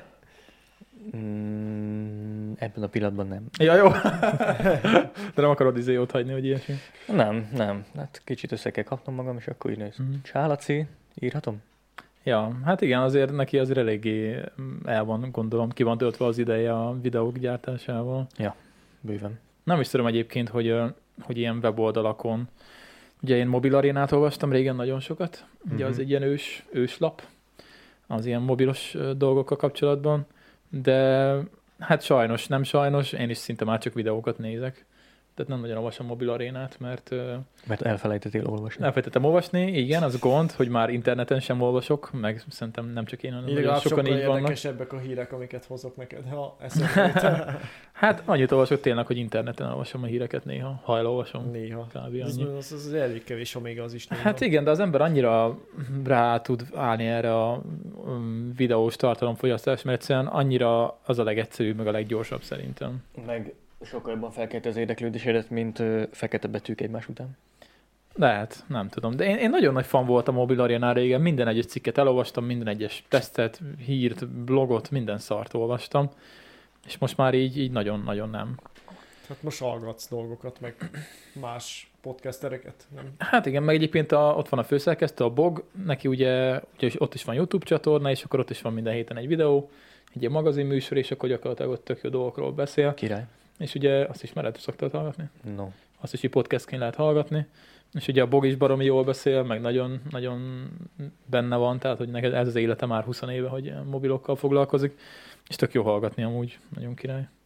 Mm, ebben a pillanatban nem. Ja, jó. De nem akarod izé ott hagyni, hogy ilyesmi. Nem, nem. Hát kicsit össze kell kapnom magam, és akkor írni. Mhm. Csálaci, írhatom? Ja, hát igen, azért neki azért eléggé el van, gondolom, ki van töltve az ideje a videók gyártásával. Bőven. Nem is tudom egyébként, hogy, ö, hogy ilyen weboldalakon, ugye én mobil arénát olvastam régen nagyon sokat, ugye az Mhm. egy ilyen ős, őslap, az ilyen mobilos ö, dolgokkal kapcsolatban, de hát sajnos, nem sajnos, én is szinte már csak videókat nézek. Tehát nem nagyon olvasom mobil arénát, mert ö, Mert elfelejtettél olvasni. elfelejtettem olvasni, igen, az gond, hogy már interneten sem olvasok, meg szerintem nem csak én, hanem Így nagyon legalább sokan sokkal így vannak. érdekesebbek a hírek, amiket hozok neked, ha eszembe jut. Hát annyit olvasok tényleg, hogy interneten olvasom a híreket néha, ha elolvasom. Néha. Kb. Az, annyi. az, az elég kevés, ha még az is néha. Hát igen, de az ember annyira rá tud állni erre a um, videós tartalomfogyasztás, mert egyszerűen annyira az a legegyszerűbb, meg a leggyorsabb szerintem. Meg sokkal jobban felkelti az érdeklődésedet, mint ö, fekete betűk egymás után. Lehet, nem tudom. De én, én nagyon nagy fan voltam a mobil arénán régen, minden egyes cikket elolvastam, minden egyes tesztet, hírt, blogot, minden szart olvastam. És most már így, így nagyon-nagyon nem. Hát most hallgatsz dolgokat, meg más podcastereket, nem? Hát igen, meg egyébként a, ott van a főszerkesztő, a Bog, neki ugye, ugye ott is van YouTube csatorna, és akkor ott is van minden héten egy videó, egy ilyen magazinműsor, és akkor gyakorlatilag ott tök jó dolgokról beszél. Király. És ugye azt is mered, szoktad hallgatni? No. Azt is így podcastként lehet hallgatni. És ugye a Bog is baromi jól beszél, meg nagyon, nagyon benne van, tehát hogy neked ez az élete már húsz éve, hogy ilyen mobilokkal foglalkozik. És tök jó hallgatni amúgy, nagyon király.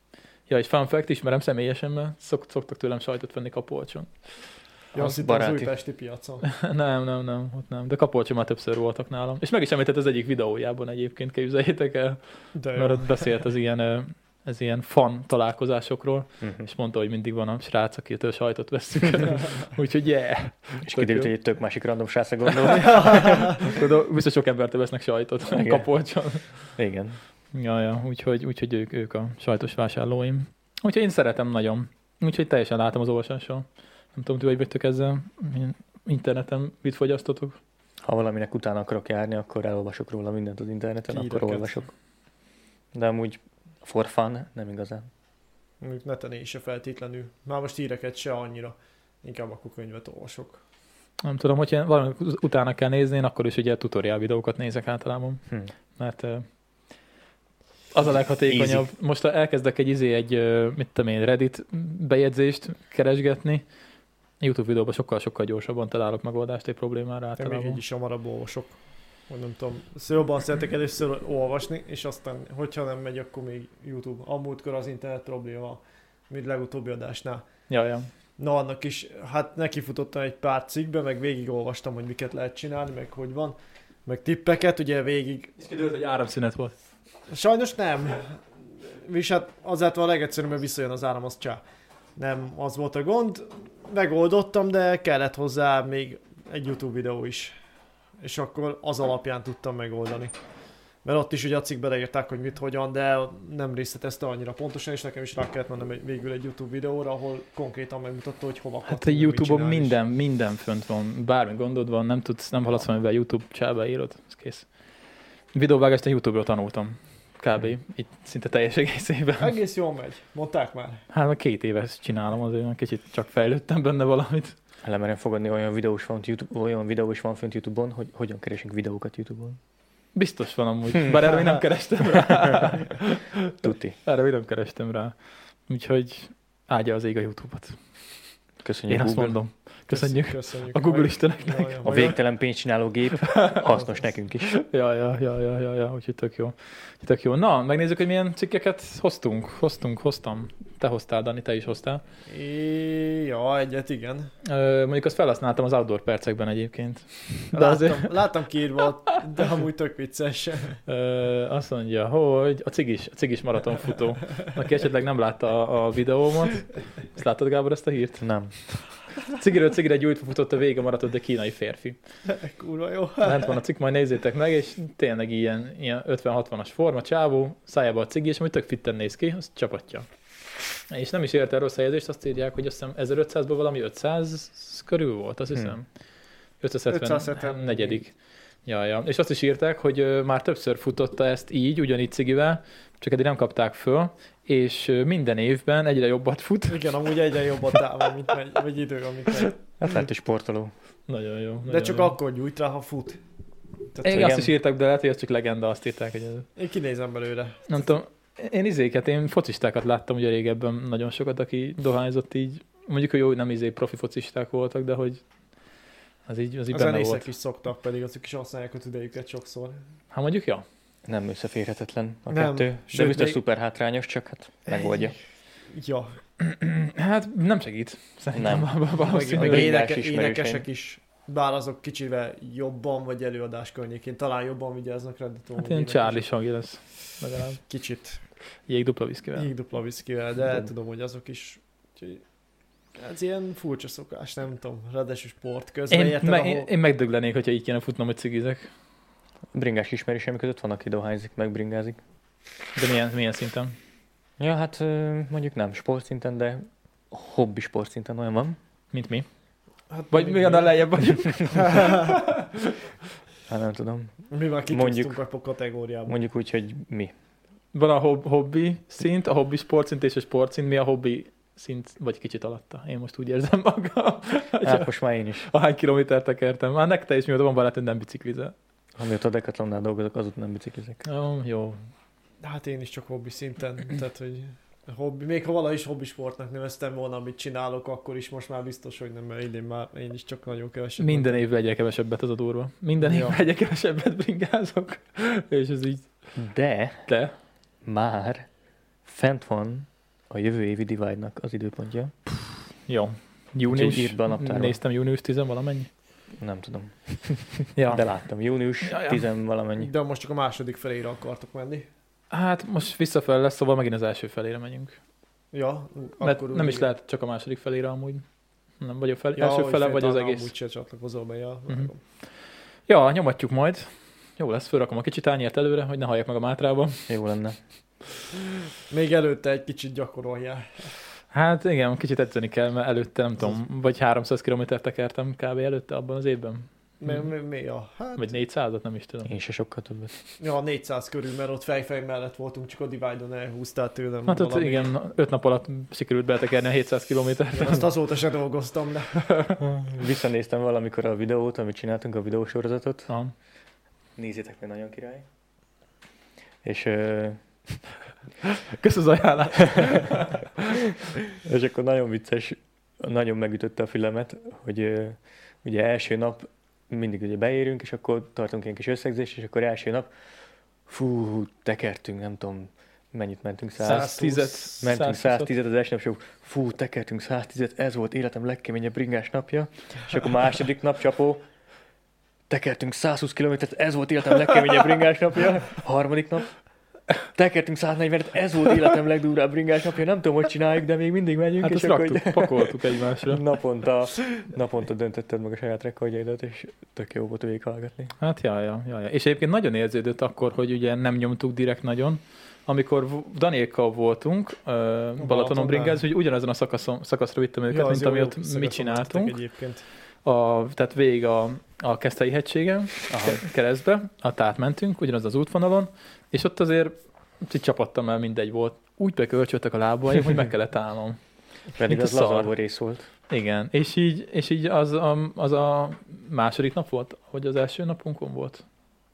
Ja, és fun fact, ismerem személyesen, mert szok, szoktak tőlem sajtot venni Kapolcson. Ja, azt hittem az újpesti piacon. nem, nem, nem, ott nem. De Kapolcson már többször voltak nálam. És meg is említett az egyik videójában egyébként, képzeljétek el. De mert ott beszélt az ilyen, ez ilyen fan találkozásokról, uh-huh. és mondta, hogy mindig van a srác, akitől sajtot veszünk. Úgyhogy yeah. És kiderült, hogy egy tök másik random srácra gondolni. Biztos sok embertől vesznek sajtot Kapolcson. Igen. Ja, ja, úgyhogy, úgyhogy ők, ők a sajtos vásárlóim. Úgyhogy én szeretem nagyon. Úgyhogy teljesen látom az olvasással. Nem tudom, ti hogy vagytok ezzel. Interneten mit fogyasztotok? Ha valaminek utána akarok járni, akkor elolvasok róla mindent az interneten, Híreket. Akkor olvasok. De amúgy for fun nem igazán. Mondjuk neten is se feltétlenül. Már most híreket se annyira. Inkább akkor könyvet olvasok. Nem tudom, hogyha valami utána kell nézni, én akkor is ugye tutorial videókat nézek általában. Hm. Mert az a leghatékonyabb. Easy. Most elkezdek egy izé, egy, mit tudom én, Reddit bejegyzést keresgetni. YouTube videóban sokkal-sokkal gyorsabban találok megoldást egy problémára általában. Még így is hamarabb olvasok. Hogy nem tudom, jobban szeretek először olvasni, és aztán, hogyha nem megy, akkor még YouTube. Amúgykor az internet probléma, mint legutóbbi adásnál. Ja, ja. Na, annak is, hát nekifutottam egy pár cikkbe, meg végigolvastam, hogy miket lehet csinálni, meg hogy van. Meg tippeket, ugye végig... És kiderült, hogy áramszünet volt. Sajnos nem. És hát azért van a legegyszerűbb, mert visszajön az áram, az csá. Nem, az volt a gond. Megoldottam, de kellett hozzá még egy YouTube videó is. És akkor az alapján tudtam megoldani. Mert ott is ugye a cikkbe leírták, hogy mit, hogyan, de nem részletezte annyira pontosan, és nekem is rá kellett mennem végül egy YouTube videóra, ahol konkrétan megmutatta, hogy hova hát a YouTube-on minden, minden fönt van, bármi gondod van, nem tudsz, nem haladsz valamivel YouTube csába írod, ez kész. Videóvágást a YouTube-ról tanultam. Kb. Itt szinte teljes egészében. Egész jól megy. Mondták már? Hát már két éve ezt csinálom, azért kicsit csak fejlődtem benne valamit. Lemerem fogadni, olyan videó is van YouTube, olyan videó is van fönt YouTube-on, hogy hogyan keresünk videókat YouTube-on. Biztos van amúgy, bár erre még nem kerestem rá. Tuti. Erre még nem kerestem rá. Úgyhogy áldja az ég a YouTube-ot. Köszönjük, én Google. Azt mondom. Köszönjük. Köszönjük. A Google isteneknek. Ja, ja, a végtelen pénzcsináló gép hasznos nekünk is. Ja, ja, ja, ja, ja, ja, úgyhogy tök jó. Tök jó. Na, megnézzük, hogy milyen cikkeket hoztunk. Hoztunk, hoztam. Te hoztál, Dani, te is hoztál. É, ja, egyet, igen. Ö, mondjuk azt felhasználtam az outdoor percekben egyébként. De láttam, azért... láttam kiírva, de amúgy tök vicces. Ö, azt mondja, hogy a cigis, a cigis maratonfutó. Aki esetleg nem látta a, a videómat. Ezt láttad, Gábor, ezt a hírt? Nem. Cigiről cigire gyújtva futott a vége maratott, de kínai férfi. Kurva jó. Lent van a cikk, majd nézzétek meg, és tényleg ilyen, ilyen ötven-hatvanas forma, csávó, szájába a cigi, és amúgy tök fitten néz ki, azt csapatja. És nem is érte rossz helyezést, azt írják, hogy azt hiszem ezerötszázból valami ötszáz körül volt, azt hiszem. Hmm. ötszázhetven. Ja, ja. És azt is írták, hogy uh, már többször futotta ezt így, ugyanígy cigivel, csak eddig nem kapták föl, és uh, minden évben egyre jobbat fut. Igen, amúgy egyre jobbat távol, mint megy, vagy idő, amit megy. Hát lehet, hogy sportoló. Nagyon jó. Nagyon de csak jó. Akkor gyújt rá, ha fut. Tehát, én azt is írták, de lehet, hogy ez csak legenda, azt írták, hogy ez... Én kinézem belőle. Nem tudom, én izéket, én focistákat láttam ugye régebben nagyon sokat, aki dohányzott így. Mondjuk, hogy jó, nem izé profi focisták voltak, de hogy az így, az így a benne volt. zenészek is szoktak, pedig azok is használják a tüdejüket sokszor. Hát mondjuk, ja. Nem összeférhetetlen a nem, kettő, sőt, de biztos még... szuper hátrányos, csak hát megoldja. Ja. Hát nem segít. Nem. Meg, meg éneke, énekesek is, bár azok kicsivel jobban, vagy előadás környékén, talán jobban vigyáznak rá. Hát ilyen Charlie Shaggy lesz. Legalább. Kicsit. Jég dupla viszkivel. Jég dupla viszkivel, de tudom. tudom, hogy azok is... Ez ilyen furcsa szokás, nem tudom, ráadásul sport közben. Én, érted, me- ahol... én megdöglenék, hogyha így kéne futnom, hogy cigizek. Bringás ismerőseim között van, aki dohányzik, meg bringázik. De milyen, milyen szinten? Ja, hát mondjuk nem sportszinten, de hobbi sportszinten olyan van. Mint mi? Hát vagy mi annál lejjebb vagyunk? Hát nem tudom. Mi már kitúztunk a kategóriában. Mondjuk úgy, hogy mi. Van a hob- hobbi szint, a hobbi sportszint és a sportszint. Mi a hobbi szint, vagy kicsit alatta? Én most úgy érzem magam. Hát most már én is. A hány kilométert tekertem. Már nektek is mióta van barát, hogy nem biciklizel. Amióta a Decathlonnál dolgozok, azóta nem biciklizek. Oh, jó. Hát én is csak hobbi szinten, tehát hogy hobbi, még ha valahogy is hobbi sportnak neveztem volna, amit csinálok, akkor is most már biztos, hogy nem, mert idén már én is csak nagyon keveset. Minden évben egyre kevesebbet, az a durva. Minden ja. évben egyre kevesebbet bringázok. És ez így. De, De? már fent van a jövő évi Divide-nak az időpontja. Jó. Június, írt be a naptárba. Néztem június tíz valamennyi. Nem tudom. Ja. De láttam, június Ja, ja. tíz valamennyi. De most csak a második felére akartok menni. Hát most visszafelé lesz, szóval megint az első felére megyünk. Ja, Mert akkor nem úgy is lehet csak a második felére amúgy. Nem, vagy a fel, Ja, első hogy fele, vagy az féltállal egész. amúgy se csatlakozol be, ja. Mhm. Ja, nyomatjuk majd. Jó lesz, fölrakom a kicsi tányért előre, hogy ne halljak meg a mátrába. Jó lenne. Még előtte egy kicsit gyakoroljál. Hát igen, kicsit edzeni kell, mert előtte nem tudom, vagy háromszáz kilométert tekertem kb. Előtte abban az évben. Mi, mi, mi a? Hát, Vagy négyszázat, nem is tudom. Én se sokkal többet. ja, négyszáz körül, mert ott fejfej mellett voltunk, csak a Divide-on elhúztál tőlem. Hát ott valami. igen, öt nap alatt sikerült betekerni a hétszáz kilométert. Azt azóta se dolgoztam, de... Visszanéztem valamikor a videót, amit csináltunk, a videósorozatot. Aha. Nézzétek meg, nagyon király. És, ö, Kösz az ajánlás. és akkor nagyon vicces, nagyon megütötte a fülemet, hogy ö, ugye első nap mindig ugye beérünk, és akkor tartunk ilyen kis összegzést, és akkor első nap fú, tekertünk, nem tudom, mennyit mentünk, száz száztíz. mentünk száztízet az első nap, és akkor fú, tekertünk száztízet, ez volt életem legkeményebb bringás napja, és akkor második nap csapó, tekertünk százhúsz kilométert, ez volt életem legkeményebb bringás napja, harmadik nap, tekertünk száznegyvenet, ez volt életem legdurvább bringás napja, nem tudom, hogy csináljuk, de még mindig megyünk, Hát és ezt akkor raktuk, pakoltuk egymásra. naponta, naponta döntötted meg a saját rekordjaidat, és tök jó volt végighallgatni. Hát ja, ja, ja, ja. És egyébként nagyon érződött akkor, hogy ugye nem nyomtuk direkt nagyon. Amikor v- Danékkal voltunk, uh, Balatonon bringázni, hogy ugyanazon a szakaszon, szakaszra vittem őket, Ja, az mint jó, ami jó ott szakaszon mi csináltunk. mentek Egyébként. A, tehát végig a, a Keszthelyi hegységen, ke- keresztbe, a tát mentünk, ugyanaz az útvonalon, és ott azért így csapattam el, mindegy volt. Úgy bekölcsöltek a lábaim, hogy meg kellett állnom. Pedig Mint az a szar. lazalvó rész volt. Igen, és így, és így az, a, az a második nap volt, vagy az első napunkon volt?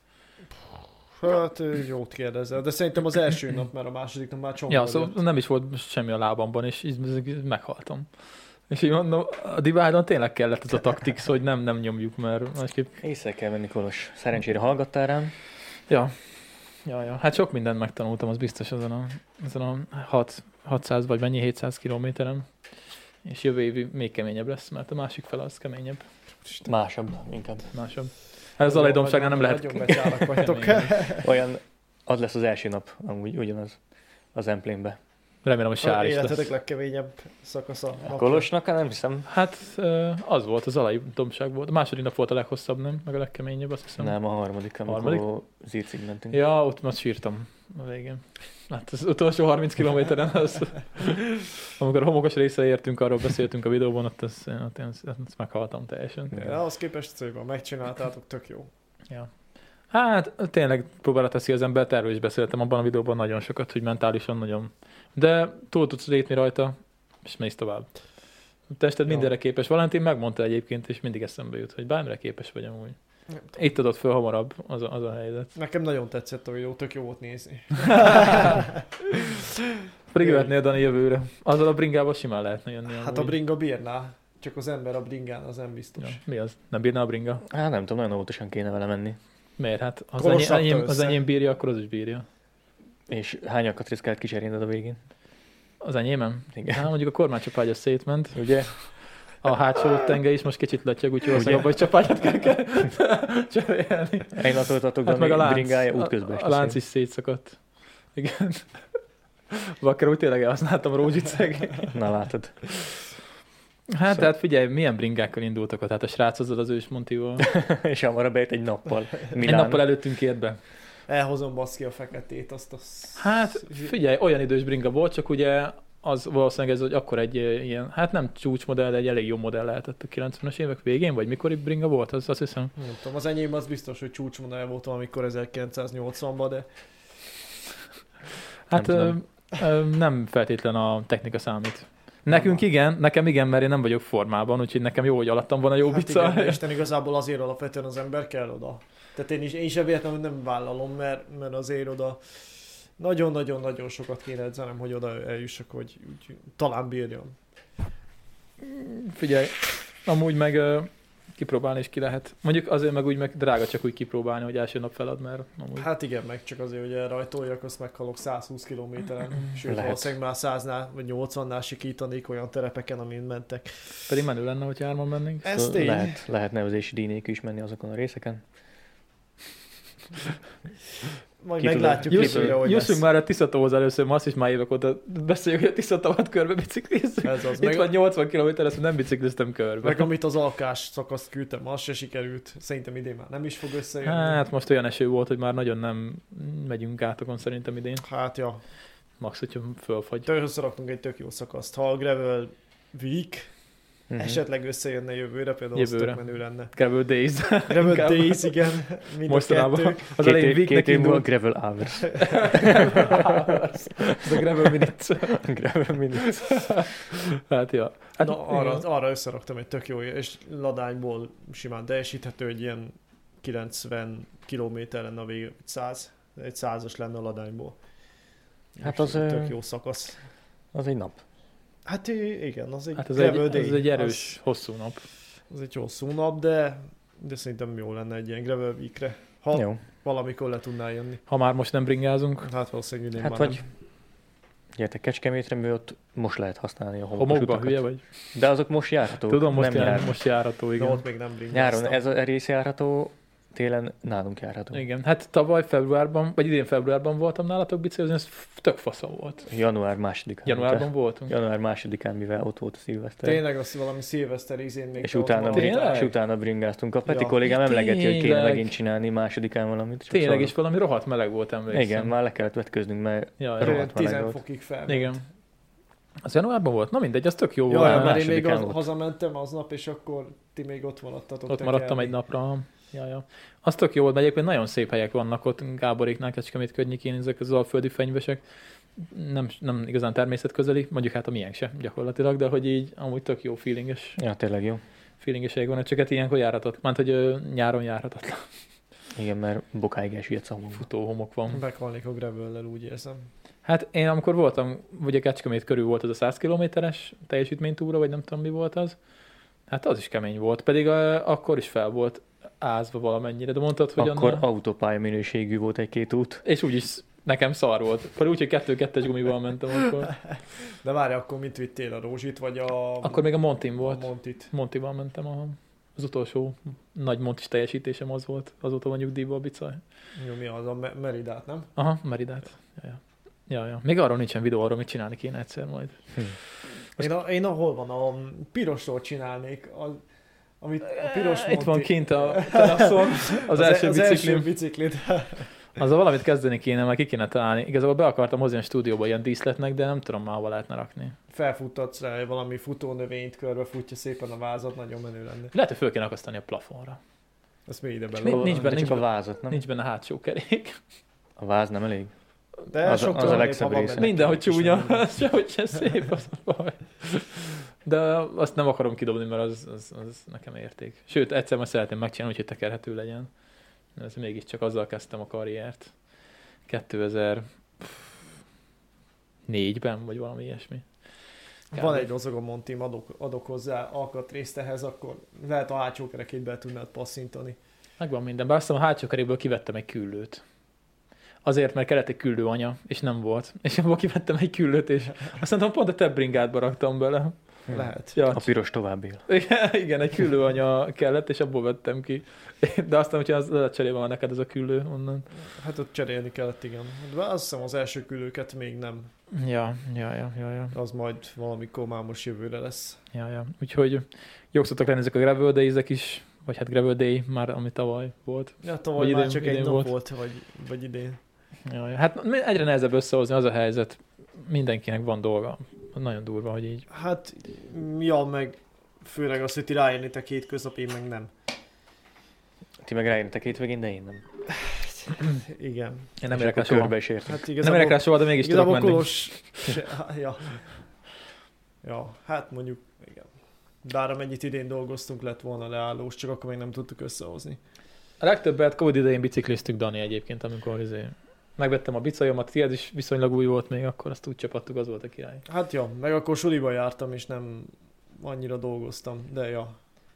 Hát jót kérdezel, de szerintem az első nap, mert a második nap már csomó. Ja, szóval nem is volt semmi a lábamban, és így meghaltam. És így mondom, a Divide-on tényleg kellett ez a taktik, hogy nem, nem nyomjuk, mert másképp... Észre kell venni, Kolos. Szerencsére hallgattál rám. Ja. Ja, ja. Hát sok mindent megtanultam, az biztos ezen a, ezen a hat, hatszáz vagy mennyi, hétszáz kilométeren. És jövő év még keményebb lesz, mert a másik fel az keményebb, Másabb inkább. másabb. Hát az alajdomságnál nem lehet... Nagyon becsálak vagytok. kemény. Olyan, az lesz az első nap, amúgy ugyanaz az Emplénbe. Remélem, hogy sár is Életetek lesz. legkeményebb szakasza. A Kolosnak nem hiszem. Hát ö, az volt, az alajdomság volt. A második nap volt a leghosszabb, nem? Meg a legkeményebb, azt hiszem. Nem, a harmadik, amikor Harmadik? Zircig mentünk. Ja, ott most sírtam a végén. Hát az utolsó harminc kilométeren, az, amikor a homokos részre értünk, arról beszéltünk a videóban, ott azt, ott én azt, azt meghaltam teljesen. Ja, ahhoz képest szépen megcsináltátok, tök jó. Ja. Hát tényleg próbára teszi az embert, erről is beszéltem abban a videóban nagyon sokat, hogy mentálisan nagyon. De túl tudsz lépni rajta, és mész tovább. A tested Ja. mindenre képes. Valentin megmondta egyébként, és mindig eszembe jut, hogy bármire képes vagy amúgy. Itt adott föl hamarabb az a, az a helyzet. Nekem nagyon tetszett a videó, tök jó volt nézni. Pedig jöhetnél Dani jövőre. Azzal a bringával simán lehetne jönni. Hát a amúgy. bringa bírná, csak az ember a bringán az nem biztos. Ja, mi az? Nem bírná a bringa? Hát nem tudom, nagyon óvatosan kéne vele menni. Miért? Hát ha az, Kolos enyém, enyém, rakta az össze. enyém bírja, akkor az is bírja. És hány alkatrészkát kicserélned a végén? Az enyémem? Igen. Hát mondjuk a kormánycsapágya szétment. Ugye? A hátsó tenge is most kicsit latyog, úgyhogy Ugye? abban, hogy csapágyat kell, kell cserélni. Én azt voltatok, Hát meg a lánc, bringája a, útközben a lánc is szétszakadt. Igen. Bakker úgy tényleg elhasználtam rózsit szegény. Na látod. Hát tehát figyelj, milyen bringákkal indultak ott, hát a srác azzal az ős Montival. És hamarabb bejött egy nappal. Egy Milán. nappal előttünk ért be. Elhozom baszki a feketét, azt a... Hát figyelj, olyan idős bringa volt, csak ugye az valószínűleg ez, hogy akkor egy eh, ilyen, hát nem csúcsmodell, de egy elég jó modell lehetett a kilencvenes évek végén, vagy mikor itt bringa volt, az azt hiszem. Nem tudom, az enyém az biztos, hogy csúcsmodell volt valamikor ezerkilencszáznyolcvanban, de Hát Nem nem, tudom. ö, ö, nem feltétlen a technika számít. Nekünk igen, nekem igen, mert én nem vagyok formában, úgyhogy nekem jó, hogy alattam van a jó hát bica. igen, de Isten igazából azért alapvetően az ember kell oda. Tehát én is, én is véletlenül nem vállalom, mert, mert azért oda nagyon-nagyon-nagyon sokat kéne edzenem, hogy oda eljussak, hogy úgy, talán bírjam. Figyelj, amúgy meg ö, kipróbálni is ki lehet. Mondjuk azért meg úgy meg drága csak úgy kipróbálni, hogy első nap felad, mert amúgy... Hát igen, meg csak azért, hogy rajtoljak, azt meghalok száz húsz kilométeren, sőt Lehet. valószínűleg már száznál vagy nyolcvannál sikítanék olyan terepeken, amin mentek. Pedig menő lenne, hogy hárman mennénk. Ez Szóval tény. lehet, lehet nevezési díj nélkül is menni azokon a részeken. Majd Ki meglátjuk tudom. jövőre, hogy Jussunk lesz. már a Tiszatóhoz először, ma azt is már évek óta beszéljük, hogy a Tiszatavat körbe biciklizzük. Ez az. Itt Meg, van nyolcvan kilométer, ezt nem bicikliztem körbe. meg amit az alkás szakaszt küldtem, az se sikerült. Szerintem idén már nem is fog összejönni. Hát most olyan eső volt, hogy már nagyon nem megyünk átokon szerintem idén. Hát ja, Max, hogyha fölfagy. összeraktunk egy tök jó szakaszt. Ha a Gravel Week Mhm. esetleg összejönne jövőre, például Jövőre. az tök menő lenne. Gravel Days. Gravel Inkább. Days, igen, mind a Mostanában. kettő. Az Két, elején év- Weeknek két év múlva indult. Gravel Hours. Ez a Gravel Minutes. Gravel Minutes. Hát ja. Hát, Na, arra, igen. arra összeraktam egy tök jó, és ladányból simán teljesíthető, hogy ilyen kilencven kilométer lenne a vég, száz, egy százas lenne a ladányból. Hát És az, tök ö, jó szakasz. Az egy nap. Hát i- igen, az egy Hát ez gravel egy, day. ez egy erős, hosszú nap. Az, az egy hosszú nap, de, de szerintem jó lenne egy ilyen gravel weekre. Ha Jó. valamikor le tudnál jönni. Ha már most nem bringázunk. Hát valószínűleg idén Hát már vagy gyertek Kecskemétre, mert ott most lehet használni a homokos Homokba, utakat. hülye vagy? De azok most járhatók. Tudom, most, nem jár, jár. most járható, nem. De igen. ott még nem bringáztam. Nyáron ez a rész járható, télen nálunk járható. Igen, hát tavaly februárban, vagy idén februárban voltam nálatok biciklizni, ez tök faszom volt. Január másodikán. Januárban voltunk. Január másodikán, mivel ott volt a szilveszter. Tényleg az valami szilveszter izén még. És ott utána, valami- bring, Tényleg? és utána bringáztunk. A Peti Ja. kollégám emlegeti, hogy kéne Tényleg. megint csinálni másodikán valamit. Csak Tényleg szóval- is valami rohadt meleg volt, emlékszem. Igen, már le kellett vetköznünk, mert Ja, Ilyen ja. rohadt meleg tíz volt. fokig fel. Igen. Az januárban volt? Na mindegy, az tök jó Jaj, volt. ja, mert én még másodikán az, volt. hazamentem aznap, és akkor ti még ott maradtatok. Ott maradtam egy napra. Ja, ja. Az tök jó volt, mert egyébként nagyon szép helyek vannak ott Gáboréknál, Kecskemét környékén, ezek az alföldi fenyvesek. Nem, nem igazán természetközeli, mondjuk hát a miénk se gyakorlatilag, de hogy így amúgy tök jó feelinges, Ja, tényleg jó. feelinges helyek van, csak hát ilyenkor járhatott. Mert hogy ö, nyáron járhatatlan. Igen, mert bokáig esüllyedsz a homok. Futóhomok van. Meghalnék a gravellel, úgy érzem. Hát én amikor voltam, ugye Kecskemét körül volt az a száz kilométeres teljesítménytúra, vagy nem tudom mi volt az. Hát az is kemény volt, pedig uh, akkor is fel volt ázva valamennyire, de mondtad, hogy Akkor annál... autópálya minőségű volt egy-két út. És úgyis nekem szar volt. Akkor úgy, hogy kettő-kettes gumival mentem akkor. De várj, akkor mit vittél, a Rózsit, vagy a... Akkor még a Montin a volt. Montit? Montival mentem, aha. Az utolsó nagy Montis teljesítésem az volt. Azóta van nyugdíjba a bicaj. Jó, mi az? A Me- Meridát, nem? Aha, Meridát. Ja, ja. Ja, ja. Még arról nincsen videó, arról mit csinálni kéne egyszer majd. Hm. Én, a, én ahol van, a pirosról csinálnék, a, amit a piros Itt van Monti- kint a teraszon, az, az első az első biciklim. biciklit. Azzal valamit kezdeni kéne, mert ki kéne találni. Igazából be akartam hozni a stúdióba ilyen díszletnek, de nem tudom már hova lehetne rakni. Felfuttatsz rá valami futónövényt, körbe futja szépen a vázat, nagyon menő lenne. Lehet, hogy föl kéne akasztani a plafonra. Ezt még ide Nincs- bele. nincs De benne- csak nincs a vázat, nem? Nincs benne hátsó kerék. A váz nem elég? De az a- sokkal az a jobb, legszebb ha van része. benne Mindenhogy kerék is, csúnya, minden. az sehogy se szép, az a baj. De azt nem akarom kidobni, mert az, az, az nekem érték. Sőt, egyszer már szeretném megcsinálni, hogy tekerhető legyen. De ez mégiscsak azzal kezdtem a karriert. kétezer-négyben, vagy valami ilyesmi. Van Kb. egy mozog a Montim, adok, adok hozzá alkatrészt ehhez, akkor lehet a hátsó kerekét be tudnád passzintani. Megvan minden, bár azt hiszem a hátsó keréből kivettem egy küllőt. Azért, mert kellett egy küllőanya, és nem volt. És abból kivettem egy küllőt, és azt mondtam, pont a te bringádba raktam bele. Hm. Lehet. Ja, A piros tovább él. igen, igen, egy küllőanya kellett, és abból vettem ki. De aztán, hogyha az lehet cserébe van neked ez a küllő onnan. Hát ott cserélni kellett, igen. De azt hiszem az első külőket még nem. Ja, ja, ja, ja, ja. Az majd valamikor már most jövőre lesz. ja, ja. Úgyhogy jók szoktak lenni ezek a Gravel Days-ek is, vagy hát Gravel Day már, ami tavaly volt. Ja, tavaly Vagy már idén- csak idén egy nap volt. volt, vagy, vagy idén. Ja, ja. Hát egyre nehezebb összehozni, az a helyzet. Mindenkinek van dolga. Nagyon durva, hogy így. Hát, ja, meg főleg az, hogy ti ráérnétek hétköznap, én meg nem. Ti meg rájöntek hétvégén, de én nem. Igen. Én nem És érek rá akkor soha. körbe is értek. Hát Nem igazából, érek rá soha, de mégis tudok igazából menni. Kolos... Se, há- ja. ja, hát mondjuk, igen. Bár amennyit idén dolgoztunk, lett volna leállós, csak akkor még nem tudtuk összehozni. A legtöbbet Covid idején bicikliztük, Dani, egyébként, amikor izé megvettem a bicajomat, tiéd is viszonylag új volt még, akkor azt úgy csapattuk, az volt a király. Hát ja, meg akkor suliba jártam, és nem annyira dolgoztam, de ja.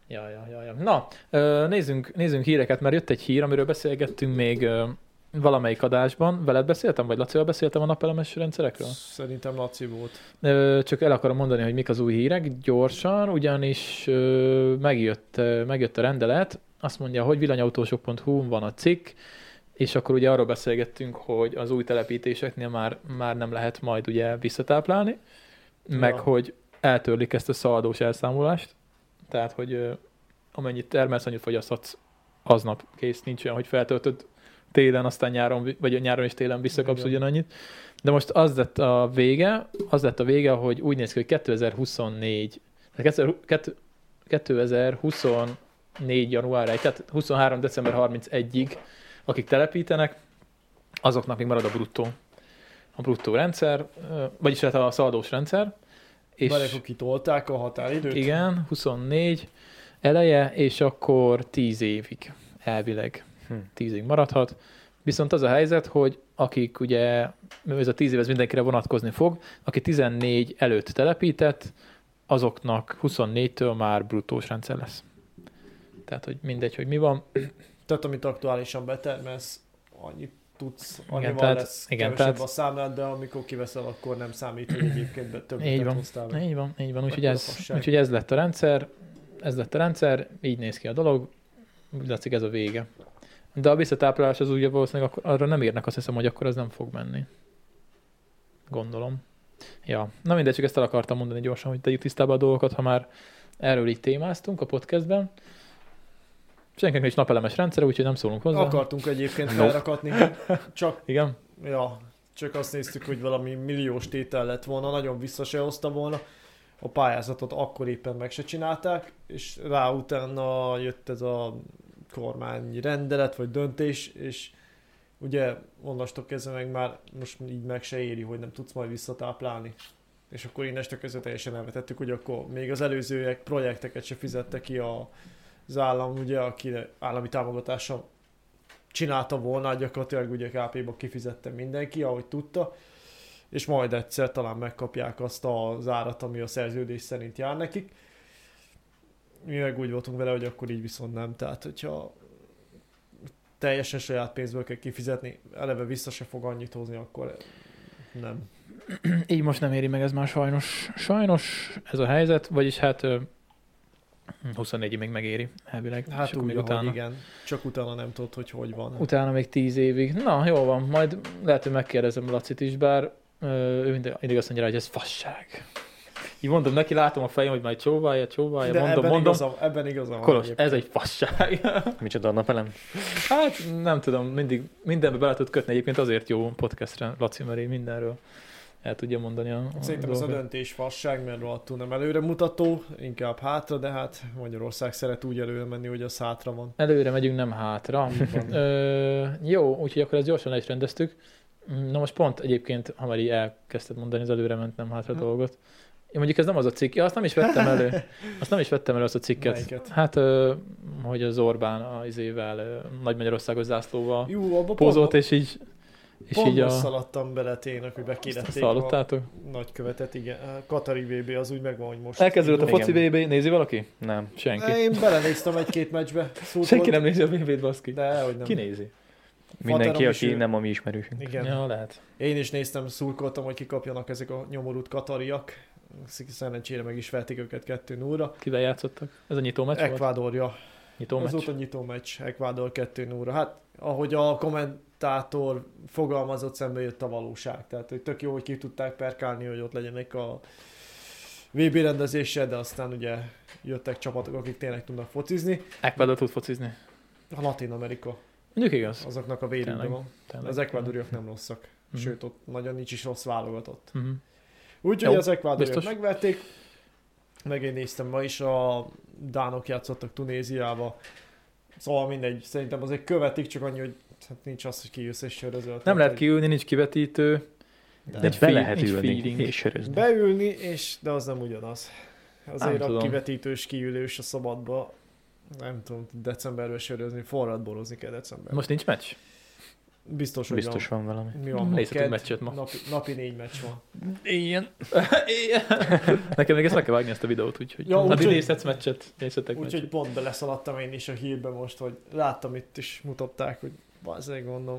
Ja, ja, ja, ja. Na, nézzünk, nézzünk híreket, mert jött egy hír, amiről beszélgettünk még valamelyik adásban. Veled beszéltem, vagy Lacival beszéltem a napelemes rendszerekről? Szerintem Laci volt. Csak el akarom mondani, hogy mik az új hírek gyorsan, ugyanis megjött, megjött a rendelet. Azt mondja, hogy villanyautósok pont hu van a cikk, és akkor ugye arról beszélgettünk, hogy az új telepítéseknél már, már nem lehet majd ugye visszatáplálni, ja. meg hogy eltörlik ezt a szaldós elszámolást. Tehát, hogy amennyit termelsz, annyit fogyaszthatsz aznap, kész, nincs olyan, hogy feltöltöd télen, aztán nyáron, vagy nyáron és télen visszakapsz igen. ugyanannyit. De most az lett a vége, az lett a vége, hogy úgy néz ki, hogy kétezer-huszonnégy, kétezer-huszonnégy januárjáig, tehát huszonhárom december harmincegyig, akik telepítenek, azoknak még marad a bruttó, a bruttó rendszer, vagyis hát a szaldós rendszer. És Várják, kitolták a határidőt? Igen, huszonnégy eleje, és akkor tíz évig elvileg. Hm. tíz évig maradhat. Viszont az a helyzet, hogy akik ugye, ez a tíz év ez mindenkire vonatkozni fog, aki tizennégy előtt telepített, azoknak huszonnégytől már bruttós rendszer lesz. Tehát, hogy mindegy, hogy mi van. Tehát, amit aktuálisan betermelsz, annyit tudsz, annyival tehát, lesz igen, kevesebb tehát, a számlád, de amikor kiveszel, akkor nem számít, hogy egyébként többet hoztál. Így van, így van. Úgyhogy ez, úgyhogy ez lett a rendszer, ez lett a rendszer, így néz ki a dolog, úgy látszik ez a vége. De a visszatáplálás az ugye valószínűleg akkor, arra nem érnek, azt hiszem, hogy akkor az nem fog menni. Gondolom. Ja, na mindegy, csak ezt el akartam mondani gyorsan, hogy tegyük tisztába a dolgokat, ha már erről így témáztunk a podcastben. Senkinek nincs napelemes rendszer, úgyhogy nem szólunk hozzá. Akartunk egyébként felrakatni, csak, igen? Ja, csak azt néztük, hogy valami milliós tétel lett volna, nagyon vissza se hozta volna. A pályázatot akkor éppen meg se csinálták, és rá utána jött ez a kormány rendelet, vagy döntés, és ugye onnastól kezdve meg már most így meg se éri, hogy nem tudsz majd visszatáplálni. És akkor innestől kezdve teljesen elvetettük, hogy akkor még az előzőek projekteket se fizette ki a az állam, ugye, aki állami támogatással csinálta volna, gyakorlatilag ugye ká pé-ba kifizette mindenki, ahogy tudta, és majd egyszer talán megkapják azt az árat, ami a szerződés szerint jár nekik. Mi meg úgy voltunk vele, hogy akkor így viszont nem. Tehát, hogyha teljesen saját pénzből kell kifizetni, eleve vissza se fog annyit hozni, akkor nem. Így most nem éri meg ez már sajnos. Sajnos ez a helyzet, vagyis hát huszonnégyig még megéri, elvileg. Hát úgy, utána. Igen. Csak utána nem tudod, hogy hogy van. Utána még tíz évig. Na, jó van. Majd lehet, hogy megkérdezem Lacit is, bár ő mindig azt mondja, hogy ez fasság. Így mondom neki, látom a fejem, hogy majd csóválja, csóválja, de mondom, ebben mondom. Igazam, ebben igazam Kolos, ez egy fasság. Micsoda a napelem? Hát nem tudom, mindig mindenbe bele tud kötni, egyébként azért jó podcastre, Laci, mert én mindenről el tudja mondani a, a Szerintem ez a döntés fasság, mert rohadtul nem előre mutató, inkább hátra, de hát Magyarország szeret úgy előre menni, hogy az hátra van. Előre megyünk, nem hátra. Ö, jó, úgyhogy akkor ezt gyorsan le is rendeztük. Na most pont egyébként, ha már így elkezdted mondani az előre ment, nem hátra dolgot. Én mondjuk ez nem az a cikk, ja, azt nem is vettem elő. Azt nem is vettem elő azt a cikket. Melyiket? Hát, ö, hogy az Orbán az izével, Nagy Magyarországos zászlóval Jó, pózolt, és így és pont így a... szaladtam bele tényleg, hogy bekérették a nagykövetet, igen. A Katari vé bé az úgy megvan, hogy most... Elkezdődött a foci vé bé, nézi valaki? Nem. Senki. Én belenéztem egy-két meccsbe. Szurkolt. Senki nem nézi a vé bét, baszki. De, hogy nem. Ki nézi? Mindenki, aki ő... nem a mi ismerősünk. Igen. Ja, lehet. Én is néztem, szurkoltam, hogy kikapjanak ezek a nyomorult katariak. Szerencsére meg is verték őket kettő nullra. Kivel játszottak? Ez a nyitó meccs Ekvádorja. Nyitó meccs? Ez volt a nyitó meccs, Ekvádor kettő nullra. Hát, ahogy a kommentátor fogalmazott, szembe jött a valóság. Tehát, hogy tök jó, hogy ki tudták perkálni, hogy ott legyenek a vé bé rendezése, de aztán ugye jöttek csapatok, akik tényleg tudnak focizni. Ekvádor tud focizni? A Latin Amerika. Mondjuk igaz. Azoknak a vérükben van. Tényleg. Az ekvádoriak nem rosszak. Mm-hmm. Sőt, ott nagyon nincs is rossz válogatott. Mm-hmm. Úgyhogy az ekvádoriak megverték. Meg én néztem ma is, a dánok játszottak Tunéziába. Szóval mindegy, szerintem azért követik, csak annyi, hogy hát nincs az, hogy kijössz és sörözöl. Nem lehet kiülni, nincs kivetítő. De, de be lehet ülni és sörözni. Beülni, és, de az nem ugyanaz. Azért nem a tudom. kivetítős kiülős a szabadba, nem tudom, decemberben sörözni, forrad borozni kell decemberben. Most nincs meccs? biztos, hogy Biztos van valami. Mi van ma? Nézhetünk Kedd, meccset ma. Napi, napi négy meccs van. Ilyen. Nekem még ezt meg kell vágni, ezt a videót, úgyhogy Ja, ja, hát úgy, nézhetsz meccset, nézhetek Úgyhogy meccset. pont beleszaladtam én is a hírbe most, hogy láttam itt is mutatták, hogy bazzeg mondom.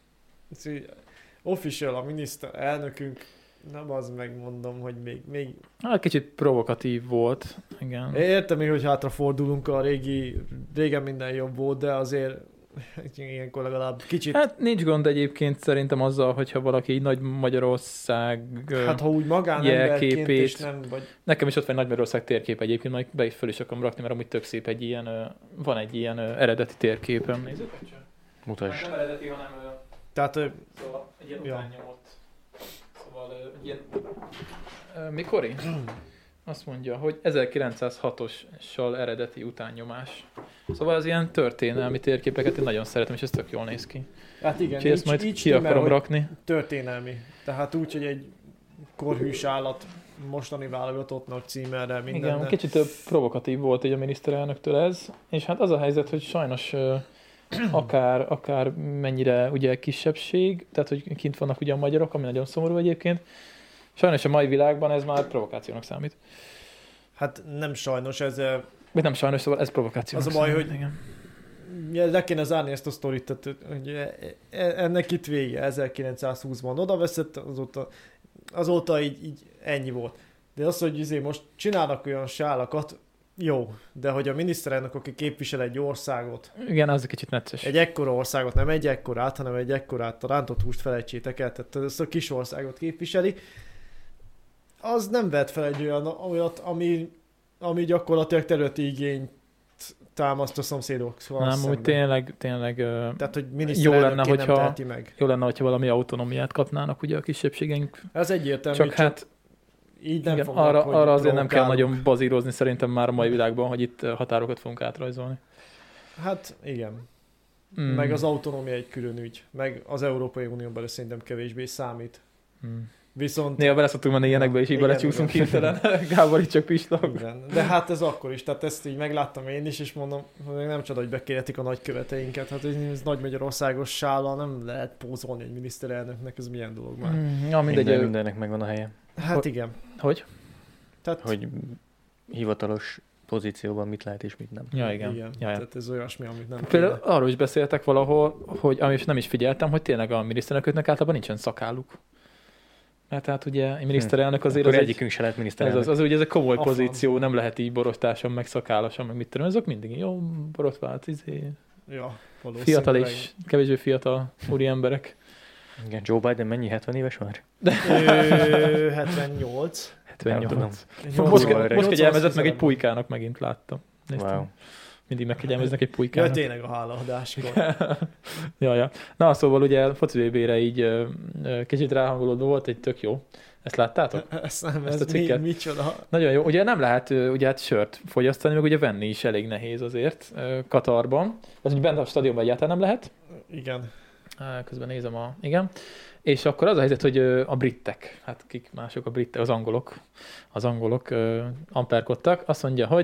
Official a miniszter elnökünk, nem az megmondom, hogy még, még... Hát kicsit provokatív volt, igen. Értem még, hogy hátrafordulunk, a régi, régen minden jobb volt, de azért ilyenkor legalább kicsit... Hát nincs gond egyébként szerintem azzal, hogyha valaki így Nagy Magyarország Hát ha úgy magánemberként jelképét- és nem vagy... Nekem is ott van Nagy Magyarország térkép egyébként, majd be is föl is akarom rakni, mert amúgy tök szép egy ilyen, ö, van egy ilyen ö, eredeti térképem. Nézzétek csak. Mutasd. Nem eredeti, hanem ö, Tehát ö, szóval egy ilyen Ja. utánnyomott. Szóval ö, egy ilyen... Ö, mikori? Azt mondja, hogy ezerkilencszázhatossal eredeti utánnyomás. Szóval az ilyen történelmi térképeket én nagyon szeretem, és ez tök jól néz ki. hát igen, Úgyhogy ezt így, majd így ki stimmel, akarom hogy rakni. történelmi. Tehát úgy, hogy egy korhűs állat mostani válogatottnak címerre minden. Igen, kicsit több provokatív volt így a miniszterelnöktől ez, és hát az a helyzet, hogy sajnos ö, akár, akár mennyire ugye kisebbség, tehát hogy kint vannak ugye a magyarok, ami nagyon szomorú egyébként, sajnos a mai világban ez már provokációnak számít. Hát nem sajnos, ez eh, Vagy nem sajnos, szóval ez provokációnak Az a baj, számít. hogy- Igen. ja, le kéne zárni ezt a sztorit, tehát, hogy e- e- ennek itt vége, ezerkilencszázhúszban oda veszett, azóta, azóta így, így ennyi volt. De az, hogy izé most csinálnak olyan sálakat, jó, de hogy a miniszterelnök, aki képvisel egy országot, Igen, az egy kicsit necces. egy ekkora országot, nem egy ekkorát, hanem egy ekkorát, a rántott húst felejtsétek el, tehát ezt a kis országot képviseli, az nem vett fel egy olyan, olyat, ami, ami gyakorlatilag területi igényt támaszt a szomszédokkal Nem, szemben. úgy tényleg, tényleg ö, Tehát, hogy Jó miniszterelnökként lenne, nem hogyha- teheti meg. jó lenne, hogyha valami autonómiát kapnának ugye a kisebbségeink. Ez egyértelmű, Csak csak, hát így nem igen, fognak, arra, hogy arra azért nem kell provokálunk. nagyon bazírozni szerintem már a mai világban, hogy itt ö, határokat fogunk átrajzolni. Hát igen. Mm. Meg az autonómia egy külön ügy. Meg az Európai Unión belül szerintem kevésbé számít. Mm. Viszont... Néha bele szoktunk menni ilyenekbe, és így Igen, belecsúszunk igen. hirtelen. Gábor itt csak pislog. Igen. De hát ez akkor is, tehát ezt így megláttam én is, és mondom, hogy nem csoda, hogy bekérhetik a nagyköveteinket. Hát ez Nagy Magyarországos sállal nem lehet pózolni egy miniszterelnöknek, ez milyen dolog már. Mm, ja, mindegy. Minden, ö, mindennek megvan a helye. Hát igen. Hogy? Tehát, Hogy hivatalos pozícióban mit lehet és mit nem. Ja, igen. igen. Ja, ja. Tehát ez olyasmi, amit nem Például kéne. arról is beszéltek valahol, hogy amit nem is figyeltem, hogy tényleg a miniszterelnököknek általában nincsen szakáluk. Mert hát ugye a miniszterelnök azért Akkor az egy, egyikünk se lehet ez miniszterelnök. az, az ugye ez egy komoly A pozíció, nem lehet így borostásan, meg szakálasan, meg mit tudom, azok mindig jó borotvált, izé, Ja, valószínűleg. fiatal és kevésbé fiatal úri emberek. Igen, Joe Biden mennyi? hetven éves már? Ö, hetvennyolc. hetvennyolc. tudom. Most, Kurva ke- öreg. most kegyelmezett meg egy nyolcvanöt. pulykának megint láttam. Néztem. Wow. Mindig megkegyelmeznek egy Ja, pulykának. tényleg a hálaadáskor. ja, ja. Na, szóval ugye foci vé bé-re így ö, ö, kicsit ráhangolódva volt egy tök jó. Ezt láttátok? Ezt nem, Ezt ez a mi, cikket? micsoda. Nagyon jó. Ugye nem lehet ö, ugye hát sört fogyasztani, meg ugye venni is elég nehéz azért ö, Katarban. Ez ugye bent a stadionban egyáltalán nem lehet. Igen. Á, Közben nézem a... Igen. És akkor az a helyzet, hogy ö, a britek, hát kik mások a britek, az angolok, az angolok ö, amperkodtak. Azt mondja, hogy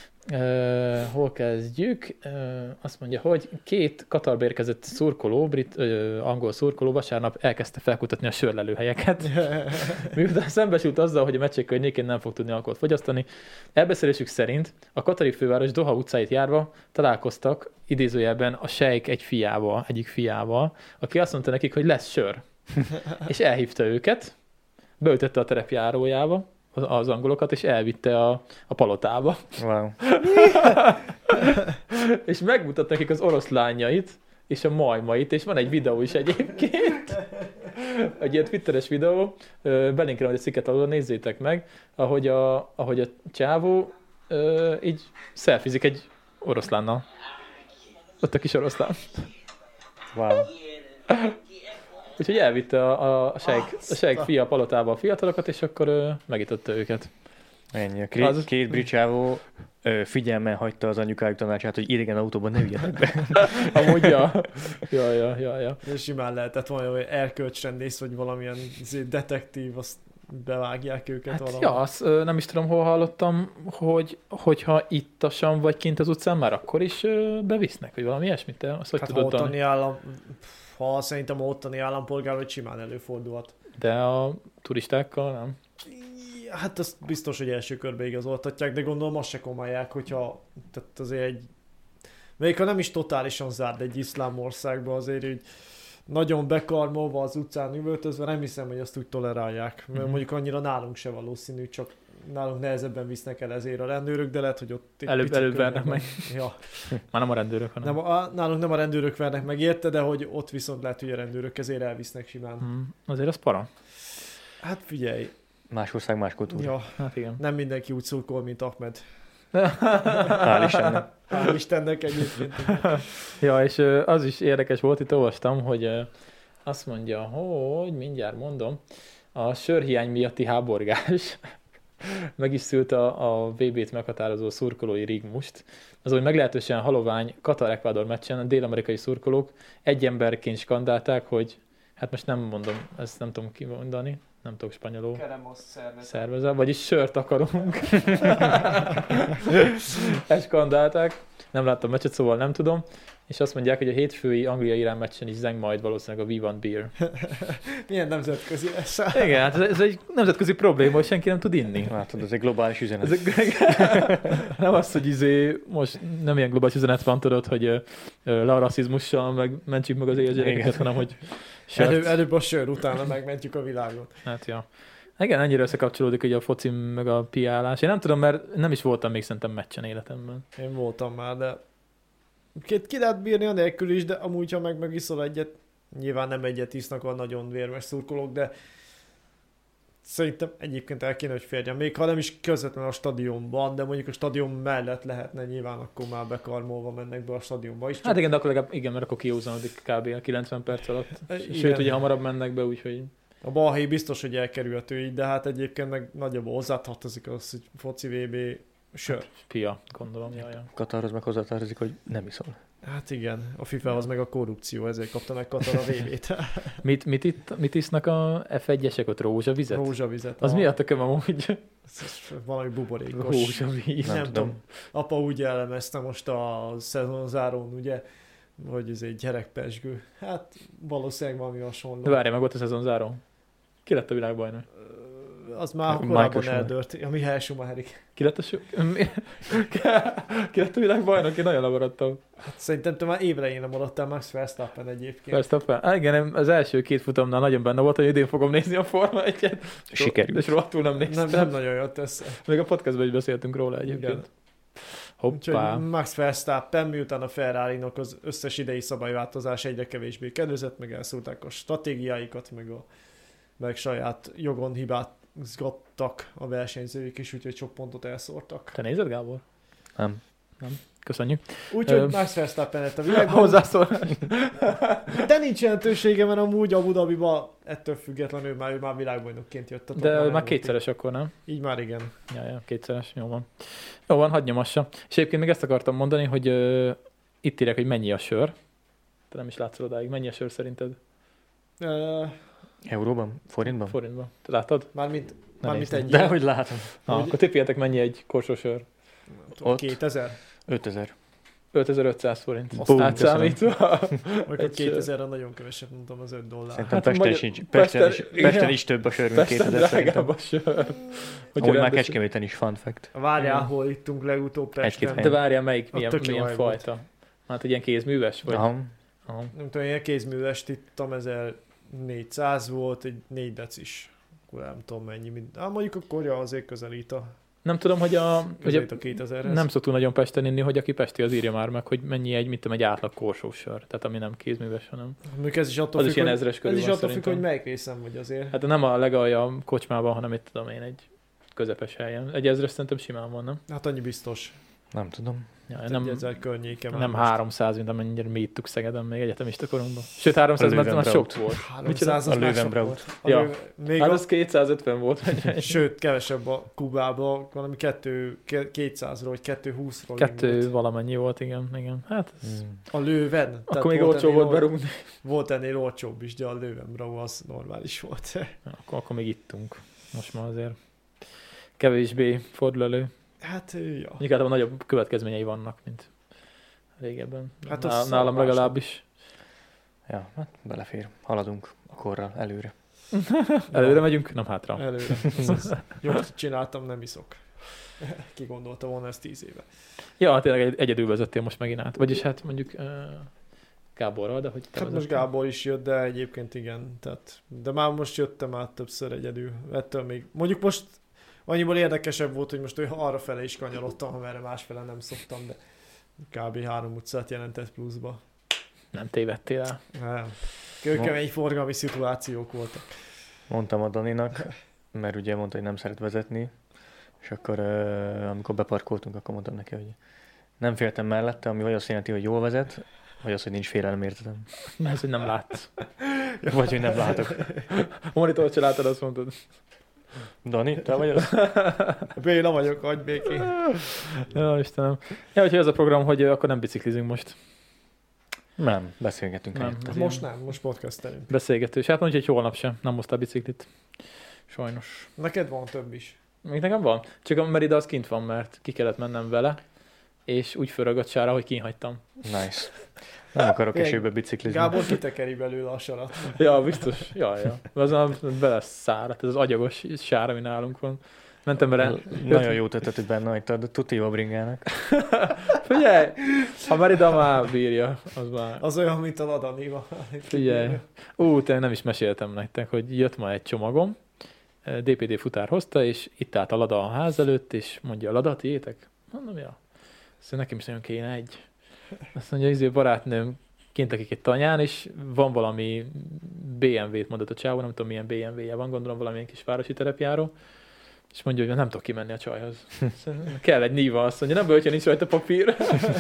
Uh, hol kezdjük? Uh, azt mondja, hogy két Katarba érkezett szurkoló, brit, uh, angol szurkoló vasárnap elkezdte felkutatni a sörlelőhelyeket. Miután szembesült azzal, hogy a meccsek környékén nem fog tudni alkoholt fogyasztani, elbeszélésük szerint a katari főváros Doha utcáit járva találkoztak idézőjelben a sejk egy fiával, egyik fiával, aki azt mondta nekik, hogy lesz sör. És elhívta őket, beütette a terepjárójába, az, az angolokat, és elvitte a, a palotába. Wow. És megmutat nekik az oroszlányait, és a majmait, és van egy videó is egyébként. Egy ilyen twitteres videó, belinkelem, hogy a cikket alól nézzétek meg, ahogy a, ahogy a csávó ö, így szelfizik egy oroszlánnal. Ott a kis oroszlán. Wow. Úgyhogy elvitte a, a, sejk, a sejk fia palotába a fiatalokat, és akkor ö, megította őket. Ennyi. A két, Az- két brit csávó ö, figyelmen hagyta az anyukájuk tanácsát, hogy idegen autóban ne üljenek be. Amúgy, ja. Ja, ja, ja, ja. És simán lehetett valami hogy erkölcsrendész, vagy valamilyen izé, detektív, azt bevágják őket Hát valahol. ja, azt ö, nem is tudom, hol hallottam, hogy hogyha ittasan vagy kint az utcán, már akkor is ö, bevisznek, vagy valami ilyesmit. Te azt hogy Hát tudod, ha Dani? ottani állam... ha szerintem a ottani állampolgár, hogy simán előfordulhat. De a turistákkal nem? Hát azt biztos, hogy első körbe igazoltatják, de gondolom azt se komolják, hogyha tehát azért egy, még ha nem is totálisan zárt egy iszlám országba, azért úgy nagyon bekarmolva az utcán üvöltözve, nem hiszem, hogy azt úgy tolerálják. Mert mm-hmm. mondjuk annyira nálunk se valószínű, csak nálunk nehezebben visznek el ezért a rendőrök, de lehet, hogy ott... Előbb, előbb vernek meg. Ja. Már nem a rendőrök, hanem... Nem, a, nálunk nem a rendőrök vernek meg érte, de hogy ott viszont lehet, hogy a rendőrök ezért elvisznek simán. Mm, azért az para. Hát figyelj. Más ország, más kultúra. Ja, hát igen. Nem mindenki úgy szurkol, mint Ahmed. Hál' Istennek. Hál' Istennek egyébként. Ja, és az is érdekes volt, itt olvastam, hogy azt mondja, hogy mindjárt mondom, a sörhiány miatti háborgás meg is szült a, a vé bét meghatározó szurkolói rigmust. Az, hogy meglehetősen halovány Katar-Ecuador meccsen a dél-amerikai szurkolók egy emberként skandálták, hogy hát most nem mondom, ezt nem tudom kimondani, nem tudok spanyolul. Szervezet, vagyis sört akarunk. Ezt skandálták. Nem láttam meccset, szóval nem tudom. És azt mondják, hogy a hétfői Anglia-Irán meccsen is zeng majd valószínűleg a We Want Beer. Milyen nemzetközi lesz? Igen, hát ez, ez egy nemzetközi probléma, hogy senki nem tud inni. Látod, ez egy globális üzenet. Ez egy, nem az, hogy izé, most nem ilyen globális üzenet van, tudod, hogy uh, le a rasszizmussal, meg mentsük meg az éles gyerekeket, hanem hogy Elő, előbb a sör, utána megmentjük a világot. Hát ja. Igen, ennyire összekapcsolódik hogy a foci meg a piálás. Én nem tudom, mert nem is voltam még szerintem meccsen életemben. Én voltam már, de Két ki lehet bírni a nélkül is, de amúgy, ha meg megiszol egyet, nyilván nem egyet isznak a nagyon vérmes szurkolók, de szerintem egyébként el kéne, hogy férjen. Még ha nem is közvetlenül a stadionban, de mondjuk a stadion mellett lehetne, nyilván akkor már bekarmolva mennek be a stadionba is. Csak... Hát igen, de akkor legalább, igen, mert akkor kiúzanodik kb. A kilencven perc alatt. Igen. Sőt, ugye hamarabb mennek be, úgyhogy... A balhé biztos, hogy elkerülhető így, de hát egyébként meg nagyjából hozzátartozik az, hogy foci vé bé sör. Pia, gondolom, jaj. Katarhoz meg hozzátartozik, hogy nem iszol. Hát igen, a fifához meg a korrupció, ezért kapta meg Katar a vé bét. mit, mit, itt, mit isznak a ef egyesek ott? Rózsavizet? Rózsavizet. Az a... mi a tököm amúgy? Valami buborékos. Rózsavíz. Nem, nem tudom. tudom. Apa úgy jellemezte most a szezonzárón, ugye, hogy ez egy gyerekpezsgő. Hát valószínűleg valami hasonló. De várjál meg, ott a szezonzáró. Ki lett a világbajnok? Az már korábban eldőlt. A Mihály Schumacherik. Ki lett a, su- Ki lett a világbajnok? Én nagyon lemaradtam. Hát szerintem te már évrején maradtál Max Verstappen egyébként. Verstappen? Ah, igen, az első két futamnál nagyon benne volt, hogy idén fogom nézni a Forma egyet. Sikerült. És rohadtul nem néztem. Nem, nem nagyon jött össze. Még a podcastban is beszéltünk róla egyébként. Igen. Hoppá. Úgyhogy Max Verstappen, miután a Ferrari-nak az összes idei szabályváltozás egyre kevésbé kedvezett, meg elszúrták a stratégiáikat, meg, a, meg saját jogon hibázgattak a versenyzőik is, úgyhogy sok pontot elszórtak. Te nézed, Gábor? Nem. Nem. Köszönjük. Úgyhogy Ö... Max Verstappen lett a világban. Hozzászólás. De nincs jelentősége, mert amúgy Abu Dhabiban ettől függetlenül már, ő már világbajnokként jött. De már, már kétszeres akkor, nem? Így már igen. Ja, ja, kétszeres, jó van. Jó van, hadd nyomassa. És egyébként még ezt akartam mondani, hogy uh, itt írják, hogy mennyi a sör. Te nem is látszol odáig. Mennyi a sör szerinted? Uh, Euróban? Forintban? Forintban. Te látod? Mármint, Ne mármint egy De hogy látom. Ah, Hogy- akkor tippeljetek, mennyi egy korsó sör? Ott. kétezer? ötezer. ötezer-ötszáz forint. Bum, Átszámítva. Vagy Egy kétezerre nagyon keveset mondtam, az öt dollár. Szerintem Hát Pesten, magyar- sincs, Pesten- Pesten, is, igen. Pesten is több a sör, mint Pesten kétezer szerintem. drágább a sör. Hogyha Ahogy már rendesen- Kecskeméten is, fun fact. Várjál, Igen. hol ittunk legutóbb Egy-két Pesten. helyen. De várjál, melyik, milyen, tök jó milyen hely volt. fajta? Hát egy ilyen kézműves? Vagy? Aha. Aha. Nem tudom, ilyen kézművest ittam, ezernégyszáz volt, egy négy decis. Akkor nem tudom mennyi. Mind... Ah, mondjuk akkor ja, azért közelít a, Nem tudom, hogy a... Ugye, közelít a kétezerhez. nem szoktunk nagyon Pesten inni, hogy aki pesti, az írja már meg, hogy mennyi egy, mit tudom, egy átlag korsós sör. Tehát ami nem kézműves, hanem... Mondjuk ez is attól Az is függ, ilyen hogy, ezres körül ez is van attól függ, szerintem. hogy melyik részem vagy azért. Hát nem a legaljabb kocsmában, hanem itt tudom én egy közepes helyen. Egy ezres szerintem simán van, nem? Hát annyi biztos. Nem tudom. Ja, Hát nem, egy ezer környéke már nem most. háromszáz, mint amennyire mi ittuk Szegeden még egyetemista korunkban. Sőt, háromszáz, A mert már Löwenbraut. sok volt. háromszáz az A már sok Löwenbraut. volt. A Ja. Löwen- Még Hát a... az kétszázötven volt. Sőt, kevesebb a Kubában, valami kettő, kétszázról, vagy kettő húszról. Kettő volt. valamennyi volt, igen. igen. Hát ez... Hmm. A Löwen. Tehát Akkor még olcsó ennél volt ol- berúgni. Volt ennél olcsóbb is, de a Löwenbrau az normális volt. Ja, akkor, akkor még ittunk. Most már azért kevésbé fordul elő. Hát, ja. Inkább nagyobb következményei vannak, mint régebben. Hát Hát az nálam szarvás. legalábbis. Ja, hát belefér. Haladunk a korral előre. Előre megyünk, nem hátra. Előre. Jót csináltam, nem iszok. Ki gondolta volna ezt tíz éve. Ja, tényleg egy, egyedül vezettél most megint át. Vagyis hát mondjuk uh, Gáborral, de hogy te Hát most vezettél. Gábor is jött, de egyébként igen. Tehát, de már most jöttem át többször egyedül. Ettől még. Mondjuk most annyiból érdekesebb volt, hogy most arra fele is kanyarodtam, amerre másfele nem szoktam, de kb. három utcát jelentett pluszba. Nem tévedtél el. Nem. Kőkemény forgalmi szituációk voltak. Mondtam a Daninak, mert ugye mondta, hogy nem szeret vezetni, és akkor uh, amikor beparkoltunk, akkor mondtam neki, hogy nem féltem mellette, ami vagy azt jelenti, hogy jól vezet, vagy az, hogy nincs félelem értetem. Ez, hogy nem látsz. Vagy, hogy nem látok. A monitort se látod, azt mondtad. Dani, te vagy az? Béla vagyok, hagyj békén. Ja, Istenem. Ja, úgyhogy ez a program, hogy akkor nem biciklizünk most. Nem, beszélgetünk. Nem. helyette. Ez Most ilyen nem, most podcastelünk. Beszélgetős. Hát mondjuk, hogy holnap sem. Nem hoztál biciklit. Sajnos. Neked van több is. Még nekem van. Csak a Merida az kint van, mert ki kellett mennem vele, és úgy fölragadt sára, hogy kínhagytam. Nice. Nem akarok esőbe biciklizni. Gábor kitekeri belőle a sarat. Ja, biztos. Ja, ja. Az bele száradt, ez az agyagos sár, ami nálunk van. Mentem vele. Nagyon jó tettet, hogy benne hagytad, tuti jó a bringának. Figyelj! Ha Merida már bírja, az már... Az olyan, mint a Lada Niva. Figyelj! Ú, te nem is meséltem nektek, hogy jött ma egy csomagom, dé pé dé futár hozta, és itt állt a Lada a ház előtt, és mondja, a Lada, tiétek? Mondom, ja. Azt mondja, nekem is nagyon kéne egy. Azt mondja, izé barátnőm kint lakik egy tanyán, és van valami bé em vét mondott a csávó, nem tudom milyen bé em vé-je van, gondolom valamilyen kis városi terepjáró, és mondja, hogy nem tudok kimenni a csajhoz. Kell egy Niva, azt mondja, nem baj, hogyha nincs rajta papír.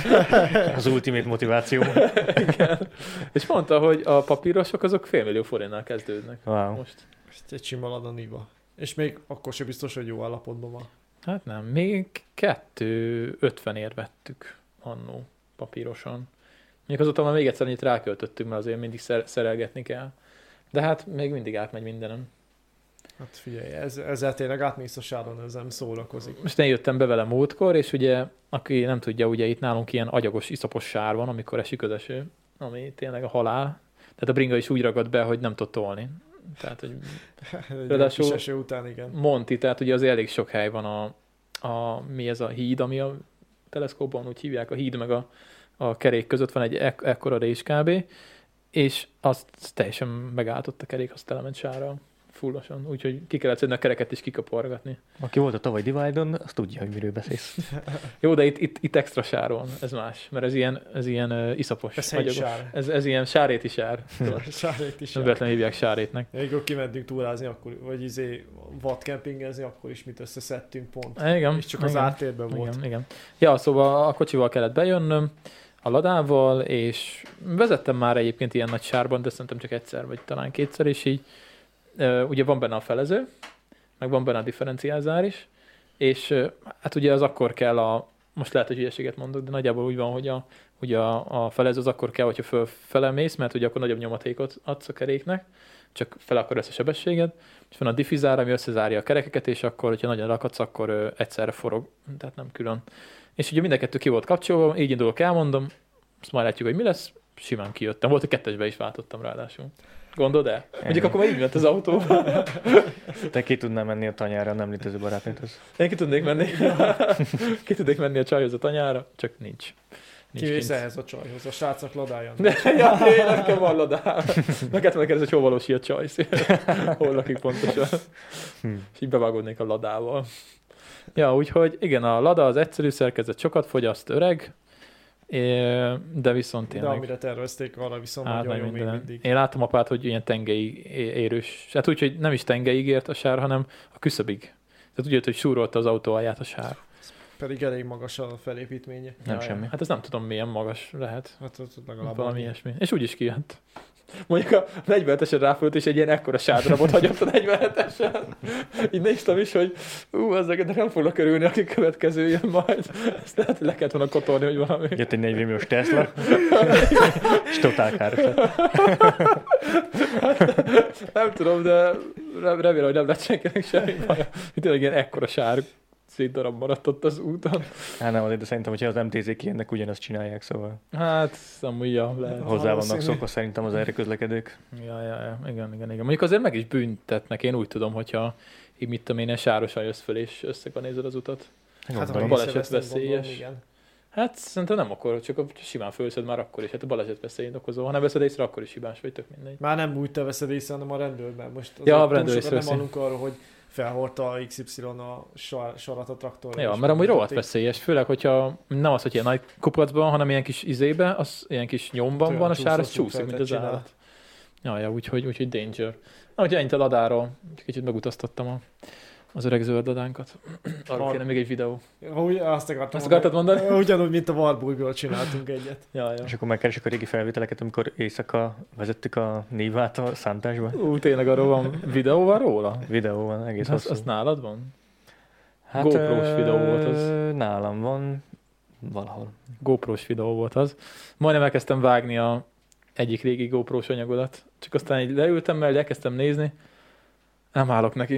Az ultimate motiváció. Igen. És mondta, hogy a papírosok azok félmillió forintnál kezdődnek. Wow. Most. Egy sima Lada Niva. És még akkor sem biztos, hogy jó állapotban van. Hát nem, még kettő ötvenért vettük annó papírosan. Még azóta már még egyszer annyit ráköltöttünk, mert azért mindig szer- szerelgetni kell. De hát még mindig átmegy mindenem. Hát figyelj, ez, ezzel tényleg átmész a sáron, ez nem szórakozik. Most én jöttem be vele múltkor, és ugye, aki nem tudja, ugye itt nálunk ilyen agyagos, iszapos sár van, amikor esik az eső, ami tényleg a halál. Tehát a bringa is úgy ragad be, hogy nem tud tolni. Tehát, hogy Ráadásul kis eső után, igen. Monti, tehát ugye az elég sok hely van a, a mi ez a híd, ami a teleszkópban úgy hívják, a híd meg a, a kerék között van egy ek- ekkora rés kb. És azt teljesen megáltott a kerék, azt element sárral fullosan, úgyhogy ki kellett szedni a kereket is kikapargatni. Aki volt a tavaly Divide-on, az tudja, hogy miről beszélsz. Jó, de itt, itt, itt extra sár van, ez más, mert ez ilyen, ez ilyen uh, iszapos. Ez agyagos. sár. Ez, ez ilyen sáréti sár. Sárét is. Nem véletlenül hívják sárétnek. Amikor kimentünk túrázni, akkor, vagy izé vadkempingezni, akkor is mit összeszedtünk pont. Igen. És csak igen, az áttérben volt. Igen, igen. Ja, szóval a kocsival kellett bejönnöm, a Ladával, és vezettem már egyébként ilyen nagy sárban, de szerintem csak egyszer, vagy talán kétszer, és így uh, ugye van benne a felező, meg van benne a differenciálzár is, és uh, hát ugye az akkor kell a, most lehet, hogy hülyeséget mondok, de nagyjából úgy van, hogy a, ugye a, a felező az akkor kell, hogyha fölfele mész, mert ugye akkor nagyobb nyomatékot adsz a keréknek, csak fel akar ezt a sebességed, és van a diffizár, ami összezárja a kerekeket, és akkor, hogyha nagyon rakadsz, akkor uh, egyszerre forog, tehát nem külön. És ugye mind a kettő ki volt kapcsolva, így indulok, elmondom, azt majd látjuk, hogy mi lesz, simán kijöttem. Volt, hogy kettesbe is váltottam ráadásul. Gondold el? Mondjuk akkor már így ment az autó. Te ki tudnál menni a tanyára, nem létező barátnőthöz. Én ki tudnék menni. Ki tudnék menni a csajhoz a tanyára, csak nincs. nincs Kivész ehhez a csajhoz, a srácok ladáján. Ja, tényleg, nekem van ladám. Neked meg ez, hogy hol valósi a csaj. Hol lakik pontosan. Hmm. És így bevágódnék a ladával. Ja, úgyhogy igen, a Lada az egyszerű szerkezet, sokat fogyaszt, öreg, de viszont tényleg... De amire tervezték, arra viszont hát, nagyon jó még mindig. Én láttam apát, hogy ilyen tengely érős. Hát úgy, hogy nem is tengelyig ért a sár, hanem a küszöbig. Tehát úgy jött, hogy súrolta az autó alját a sár. Pedig elég magas a felépítménye. Nem ja, semmi. Hát ez nem tudom, milyen magas lehet. Hát ott legalább Valami annyi. ilyesmi. És úgy is kijött. Mondjuk a negyvenhetesen ráfölött, és egy ilyen ekkora sárdarabot hagyott a negyvenhetesen. Így néztem is, hogy ú, ezeket nem foglak örülni, aki következő jön majd. Ezt lehet, hogy le kellett volna kotolni, hogy valami. Jött egy negyven milliós Tesla, és totál káros lett. Nem tudom, de remélem, hogy nem lett senkinek semmi baj. Tényleg ilyen ekkora sár szétdarab maradt ott az úton. Hát nem azért, de szerintem, hogyha az em té zék ilyennek ugyanazt csinálják, szóval Hát, amúgy ja, lehet. hozzá vannak szokva szerintem az erre közlekedők. Ja, ja, ja, igen, igen, igen. Mondjuk azért meg is büntetnek, én úgy tudom, hogyha így mit tudom én, ilyen sárosan jössz föl, és össze nézed az utat. Hát a baleset veszélyes. Igen. Hát szerintem nem akkor, csak a simán fölszed már akkor is, hát a baleset veszélyt okozó. Ha nem veszed észre, akkor is hibás vagy, tök mindegy. Már nem úgy te veszed észre, hanem a rendőrben. Most ja, a rendőr is nem hallunk arról, hogy felhordta a iksz ipszilon a sor, sorat a traktorra. Ja, mert amúgy rohadt veszélyes, főleg, hogyha nem az, hogy ilyen nagy kupacban, hanem ilyen kis izébe, az ilyen kis nyomban Tőle, van, a sár, az csúszik, mint az csinál. Állat. Ja, ja, úgyhogy úgy, úgy danger. Na, úgyhogy ennyit a ladáról, kicsit megutaztattam a, az öreg zöld ladánkat. Arról kéne még egy videó. Úgy, azt akartam azt akartad mondani? mondani? Ugyanúgy, mint a Warburgból csináltunk egyet. Ja, ja. És akkor megkeresek a régi felvételeket, amikor éjszaka vezettük a Nívát a szántásba. Ú, tényleg arról van videó van róla? Videó van, egész az, hosszú. az nálad van? Hát, GoPro-s videó volt az. Nálam van valahol. GoPro-s videó volt az. Majdnem elkezdtem vágni a egyik régi GoPro-s anyagodat. Csak aztán így leültem mellé, elkezdtem nézni. Nem állok neki.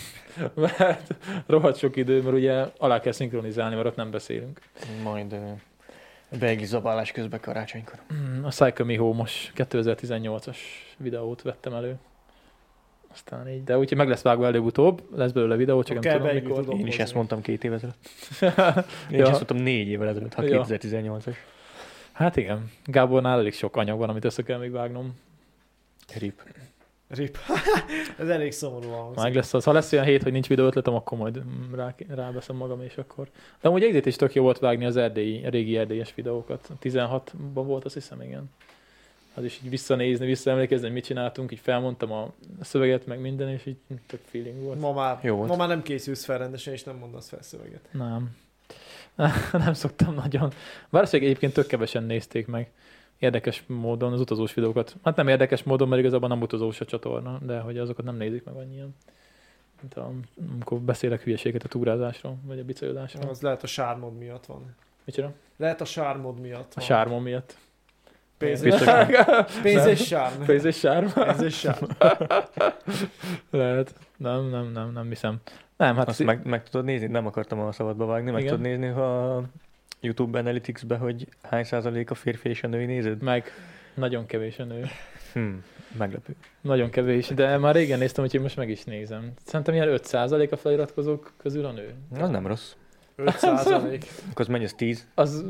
Mert rohadt sok idő, mert ugye alá kell szinkronizálni, mert ott nem beszélünk. Majd beegi zabálás közben karácsonykor. A Cycle Me Home-os kétezer-tizennyolcas videót vettem elő. Aztán így, de úgyhogy meg lesz vágva előbb-utóbb, lesz belőle videó, csak nem tudom mikor. Én is ezt mondtam két év ezelőtt. Én ja. is ezt mondtam négy évvel ezelőtt, ha ja. kétezer-tizennyolcas. Hát igen, Gábornál elég sok anyag van, amit össze kell még vágnom. Rip. Rip. Ez elég szomorú van. Meg lesz az. Ha lesz olyan hét, hogy nincs videó ötletem, akkor majd rá, rábeszem magam, és akkor. De amúgy egyébként is tök jó volt vágni az erdélyi, a régi erdélyes videókat. tizenhatban volt, azt hiszem, igen. Az is így visszanézni, visszaemlékezni, hogy mit csináltunk, így felmondtam a szöveget, meg minden, és így tök feeling volt. Ma már, jó volt. Ma már nem készülsz fel rendesen, és nem mondasz fel szöveget. Nem. Nem szoktam nagyon. Valószínűleg egyébként tök kevesen nézték meg. Érdekes módon az utazós videókat. Hát nem érdekes módon, mert igazából nem utazós a csatorna, de hogy azokat nem nézik meg annyian. Mint a, amikor beszélek hülyeséget a túrázásról, vagy a bicajodásról. Az lehet a sármod miatt van. Micsoda? Lehet a sármod miatt van. A sármod miatt. Pénz és sárm. Pénz és sárm. Pénz és sárm. Lehet. Nem, nem, nem, nem hiszem. Nem, hát azt szí... meg, meg tudod nézni? Nem akartam a szabadba vágni. Meg igen. Tudod nézni a YouTube Analytics-be, hogy hány százalék a férfi és a női néződ? Meg. Nagyon kevés a nő. Hmm, meglepő. Nagyon kevés, de már régen néztem, úgyhogy most meg is nézem. Szerintem ilyen öt százalék a feliratkozók közül a nő. Az nem rossz. öt százalék. Akkor az mennyi, az tíz? Az...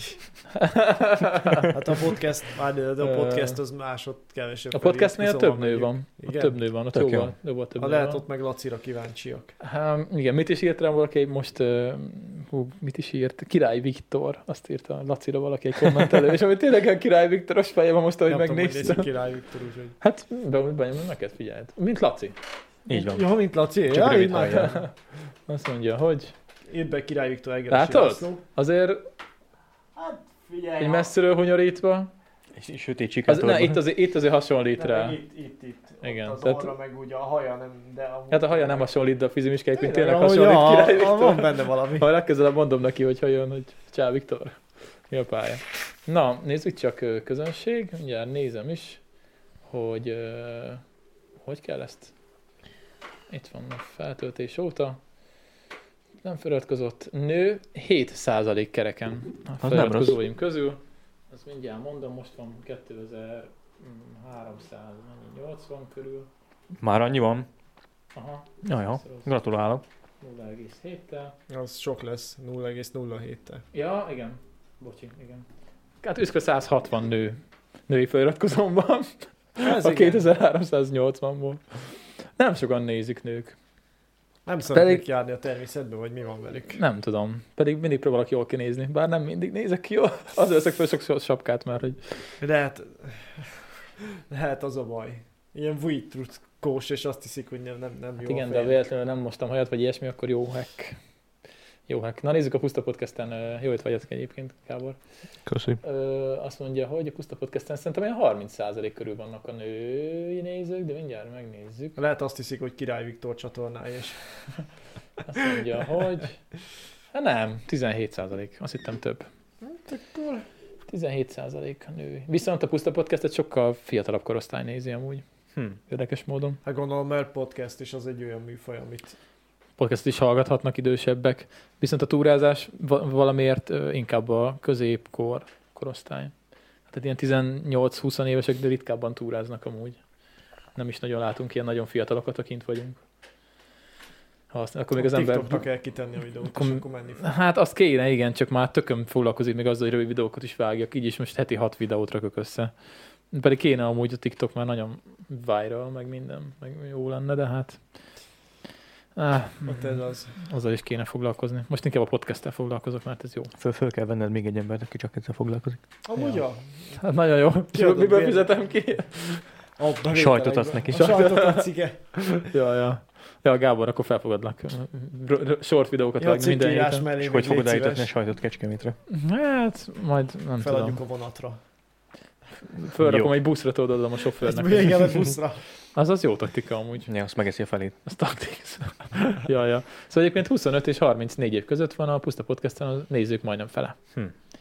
hát a podcast, de a podcast az másod kevesebb. A podcastnél több nő van. Több nő van, ott jóval, jóval, jóval több ha nő lehet, van. ott meg Lacira kíváncsiak. Há, igen, mit is írt rám valaki most, uh, hú, mit is írt? Király Viktor, azt írta Lacira valaki egy kommentelő, és amit tényleg a Király Viktoros feje van most, ahogy megnéztem. Nem tudom, hogy Király Viktor, úgyhogy... Hát, benyomom neked, figyeld. Mint Laci. Így van. Ja, mint Laci. Csak ja, rövid hajjal. Azt mondja, hogy... Írd be Király Viktor Egeresi Látod? Azért hát figyelj, egy messziről hunyorítva. És sötét sikátorban. Az, itt, azért, itt azért hasonlít rá. Itt, itt, itt. Igen. Az Tehát, orra meg ugye a haja nem, de a... Hát a haja nem hasonlít, de a fizimiskájként tényleg hasonlít ja, Király Viktor. Van benne valami. Ha legközelebb mondom neki, hogy ha jön, hogy csá Viktor. Mi a pálya. Na, nézzük csak közönség. Mindjárt nézem is, hogy uh, hogy kell ezt. Itt van a feltöltés óta. Nem feliratkozott nő, hét százalék kereken a feliratkozóim közül. Azt mindjárt mondom, most van kétezer-háromszáznyolcvan körül. Már annyi van? Aha. Jaja, gratulálok. nulla egész héttel. Az sok lesz, nulla egész nulla héttel. Ja, igen. Bocsi, igen. Hát üszke száz hatvan nő. Női feliratkozóm van. A kétezer-háromszáznyolcvanból. Nem sokan nézik nők. Nem szeretnék pedig... járni a természetbe, vagy mi van velük? Nem tudom. Pedig mindig próbálok jól kinézni. Bár nem mindig nézek ki jól. Azért veszek fel sok sapkát már, hogy... Lehet... Lehet az a baj. Ilyen vujtrutkós, és azt hiszik, hogy nem, nem, nem hát jó igen, de véletlenül nem mostam hajat, vagy ilyesmi, akkor jó hack. Jó hack. Na nézzük a Puszta Podcasten. Jó étvágyat egyébként, Gábor. Köszi. Ö, azt mondja, hogy a Puszta Podcasten szerintem olyan harminc százalék körül vannak a női nézők, de mindjárt megnézzük. Lehet azt hiszik, hogy Király Viktor csatornája is. Azt mondja, hogy... Hát nem, tizenhét százalék. Azt hittem több. tizenhét százalék a nő. Viszont a Puszta Podcastet sokkal fiatalabb korosztály nézi amúgy. Hm. Érdekes módon. Hát gondolom, mert podcast is az egy olyan műfaj, amit... podcastot is hallgathatnak idősebbek. Viszont a túrázás valamiért inkább a középkor korosztály. Tehát ilyen tizennyolc-húsz évesek, de ritkábban túráznak amúgy. Nem is nagyon látunk ilyen nagyon fiatalokat, akint vagyunk. Ha azt, akkor még az ember... TikTokra kell kitenni a videót, akkor, és akkor menni fel. Hát azt kéne, igen, csak már tököm foglalkozik még azzal, hogy rövid videókat is vágjak. Így is most heti hat videót rakok össze. Pedig kéne amúgy a TikTok már nagyon viral, meg minden, meg jó lenne, de hát... Ah, ez az. Azzal is kéne foglalkozni. Most inkább a podcasttel foglalkozok, mert ez jó. Föl, föl kell venned még egy embert, aki csak ezzel foglalkozik. Amúgy ja. Hát nagyon jó. Kiadom, miből miért? fizetem ki? A sajtot adsz neki. A sajtot adsz, igen. ja, ja. Ja, Gábor, akkor felfogadlak short videókat ja, vágni minden héten. És hogy fogod eljutatni a sajtot Kecskemétre? Hát, majd nem Feladjuk tudom. a vonatra. Fölrakom egy buszra, tudod, adom a sofőrnek. Ezt igen, a buszra. Az az jó taktika amúgy. Ja, azt megeszi a felét. Az taktika. ja, ja. Szóval egyébként huszonöt és harmincnégy év között van a Puszta Podcasten, a nézők majdnem fele. Hm.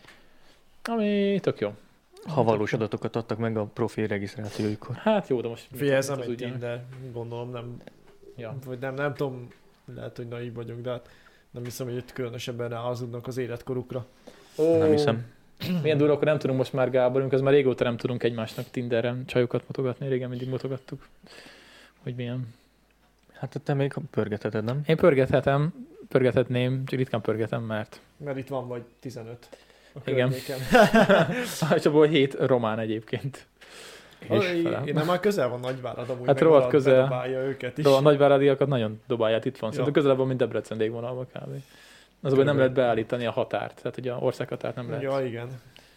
Ami tök jó. Ha valós adatokat adtak meg a profil regisztrációjukhoz. Hát jó, de most... Figyelj, nem egy Tinder, gondolom, nem... Ja. Vagy nem, nem tudom, lehet, hogy naív vagyok, de hát nem hiszem, hogy itt különösebben ráhazudnak az életkorukra. Oh. Nem hiszem. Milyen durva, akkor nem tudunk most már, Gáborunk, az már régóta nem tudunk egymásnak Tinderen csajokat mutogatni, régen mindig mutogattuk. Hogy milyen. Hát te még pörgetheted, nem? Én pörgethetem, pörgethetném, csak ritkán pörgetem, mert... Mert itt van vagy tizenöt. Igen. És abból hét román egyébként. És én nem már közel van Nagyvárad, amúgy hát rohadt közel. Bedobálja őket is. A nagyváradiakat nagyon dobálják, itt van. Szerintem Ja. közelebb van, mint Debrecen légvonalban kb. Az, hogy nem lehet beállítani a határt, tehát ugye a országhatárt nem lehet. Ja, igen.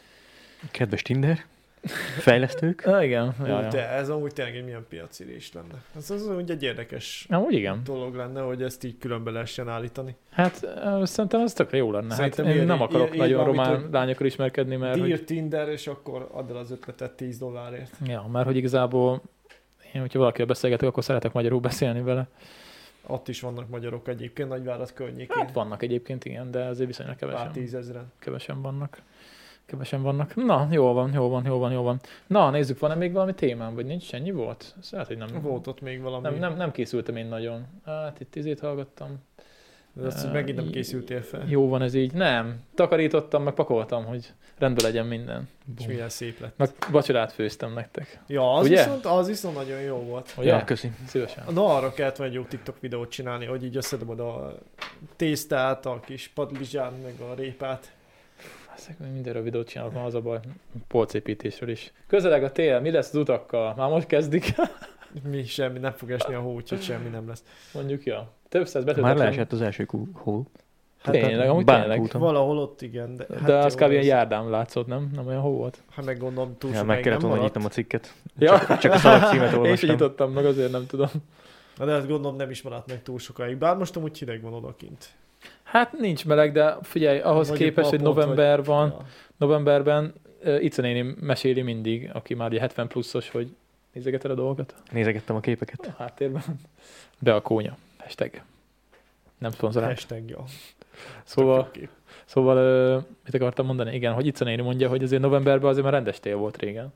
Kedves Tinder, fejlesztők. Ah, igen. Ja, ja. De ez amúgy tényleg egy milyen piacirés lenne. Ez az úgy egy érdekes Amúgy igen. dolog lenne, hogy ezt így különbe lehessen állítani. Hát uh, szerintem az tökre jó lenne. Hát, én ilyen, nem akarok ilyen, nagyon ilyen román valamit, lányokkal ismerkedni, mert... Dear Hogy... Tinder, és akkor add el az ötletet tíz dollárért. Ja, mert hogy igazából én, hogyha valakivel beszélgetek, akkor szeretek magyarul beszélni vele. Ott is vannak magyarok egyébként, Nagyvárad környékén. Hát vannak egyébként, igen, de azért viszonylag Pár kevesen. tízezren. Kevesen vannak. Kevesen vannak. Na, jól van, jól van, jól van, jól van. Na, nézzük, van-e még valami témám, vagy nincs? Ennyi volt? Lehet, hogy nem. Volt ott még valami. Nem, nem, nem készültem én nagyon. Hát itt izét hallgattam. De azt uh, megint nem készültél fel. Jó van ez így. Nem. Takarítottam, meg pakoltam, hogy rendben legyen minden. És milyen szép lett. Meg vacsorát főztem nektek. Ja, az, ugye? viszont, az viszont nagyon jó volt. Ugye? Ja, köszi. Szívesen. Na, arra kellett volna egy jó TikTok videót csinálni, hogy így összedobod a tésztát, a kis padlizsán, meg a répát. Ezek mindenről videót csinálok, ma az a baj. Polcépítésről is. Közeleg a tél, mi lesz az utakkal? Már most kezdik. Mi semmi, nem fog esni a hó, úgyhogy semmi nem lesz. Mondjuk, ja. Több száz betöltetlen. Már leesett az első kú- hó. Hát tényleg, amúgy Bánt tényleg. úton. Valahol ott igen. De, De hát az jó, kb. Ilyen az- járdán látszott, nem? Nem olyan hó volt. Hát meg gondolom túl Ja, sokáig meg kellett nem volna maradt. nyitnom a cikket. Ja. Csak, csak a szalagcímet Én is olvastam. nyitottam meg, azért nem tudom. Na, de hát gondolom nem is maradt meg túl sokáig. Bár most amúgy hideg van odakint. Hát nincs meleg, de figyelj, ahhoz Mondjuk képest, hogy napot, november vagy- van, Ja. novemberben uh, Ica néni meséli mindig, aki már ugye hetven pluszos, hogy nézegeted a dolgokat Nézegettem a képeket. a háttérben. De a kónya. Hashtag. Nem szponzorált. Hashtag, ja. Szóval, Tök jó kép. szóval uh, mit akartam mondani? Igen, hogy Ica néni mondja, hogy azért novemberben azért már rendes tél volt régen.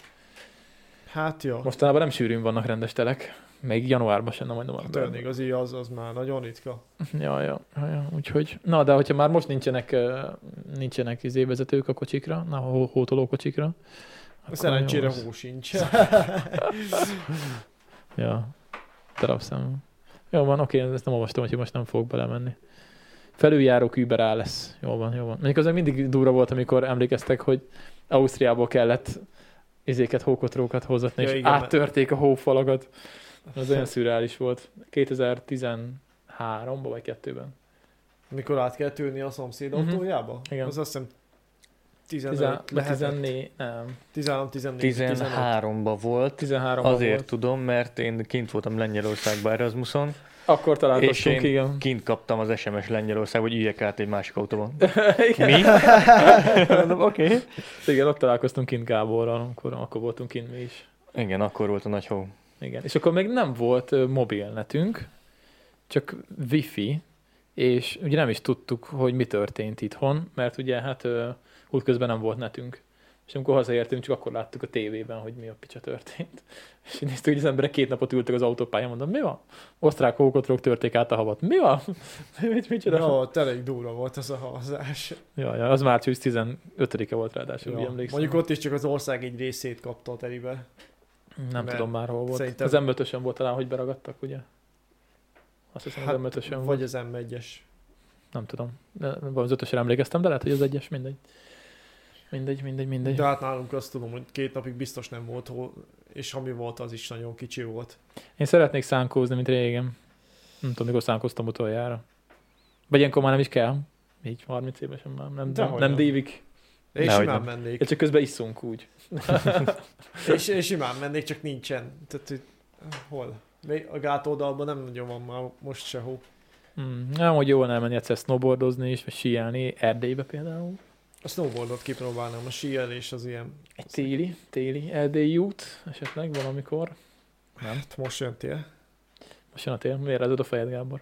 Hát jó. Mostanában nem sűrűn vannak rendes telek. Még januárban sem, nem majd Hát novemberben. olyan igazi, az, az már nagyon ritka. Ja, ja, ja, ja, úgyhogy. Na, de hogyha már most nincsenek, uh, nincsenek izévezetők a kocsikra, na, a hó- hótoló kocsikra. akkor Szerencsére jó az. hó sincs. Ja, darabszám. Jó van, oké, ezt nem olvastam, hogy most nem fogok belemenni. Felüljáró Uber áll lesz. Jó van, jó van. Mondjuk az mindig durva volt, amikor emlékeztek, hogy Ausztriából kellett izéket, hókotrókat hozatni, Ja, és igen, áttörték a hófalagat. Az olyan szürreális volt. kétezer-tizenháromban vagy kettőben. Mikor át kell ülni a szomszéd Mhm. autójába? Igen. Az azt hiszem tizenöt Tizen- lehetett. tizennégy, nem. tizenhárom, tizennégy, tizenháromba volt. tizenhárom Azért volt. tudom, mert én kint voltam Lengyelországban Erasmuson, Akkor és találkoztunk, én igen. kint kaptam az es em es Lengyelország, hogy üljek át egy másik autóban. igen. Mi? Mondom, oké. Okay. Igen, ott találkoztunk kint Gáborral, amikor, akkor voltunk kint mi is. Igen, akkor volt a nagy hó. Igen. És akkor még nem volt uh, mobilnetünk, csak wifi, és ugye nem is tudtuk, hogy mi történt itthon, mert ugye hát uh, útközben nem volt netünk. és amikor hazaértünk, csak akkor láttuk a tévében, hogy mi a picsa történt. És néztük, hogy az emberek két napot ültek az autópályán, mondom, mi van? Osztrák hókotrók törték át a havat. Mi van? mit, mit Jó, tényleg durva volt az a havazás. Ja, ja, az március tizenötödike volt ráadásul, úgy Ja. emlékszem. Mondjuk ott is csak az ország egy részét kapta a teribe. Nem mert tudom már hol volt. szerintem- Az em ötösen volt talán, hogy beragadtak, ugye? Azt hiszem, az em ötösen volt. vagy az em egyes. Nem tudom. De az ötösre emlékeztem, de lehet, hogy az egyes, mindegy. Mindegy, mindegy, mindegy. De hát nálunk azt tudom, hogy két napig biztos nem volt, hol, és ami volt, az is nagyon kicsi volt. Én szeretnék szánkózni, mint régen. Nem tudom, mikor szánkoztam utoljára. Vagy ilyenkor már nem is kell. Így harminc évesen már nem, nem, Dehogy nem nem. dívik. És Nehogy simán nem. mennék. Ja, csak közben isszunk úgy. és, és simán mennék, csak nincsen. Tehát, hogy hol? Még a gátoldalban nem nagyon van már most se hó. Hmm. Nem, hogy jól elmenni egyszer snowboardozni is, vagy síelni, Erdélybe például. A snowboardot kipróbálnám, a síelés az ilyen... Egy téli, téli erdélyi út esetleg valamikor. Nem. Hát most jön tél. Most jön a tél. Miért rázod a fejed, Gábor?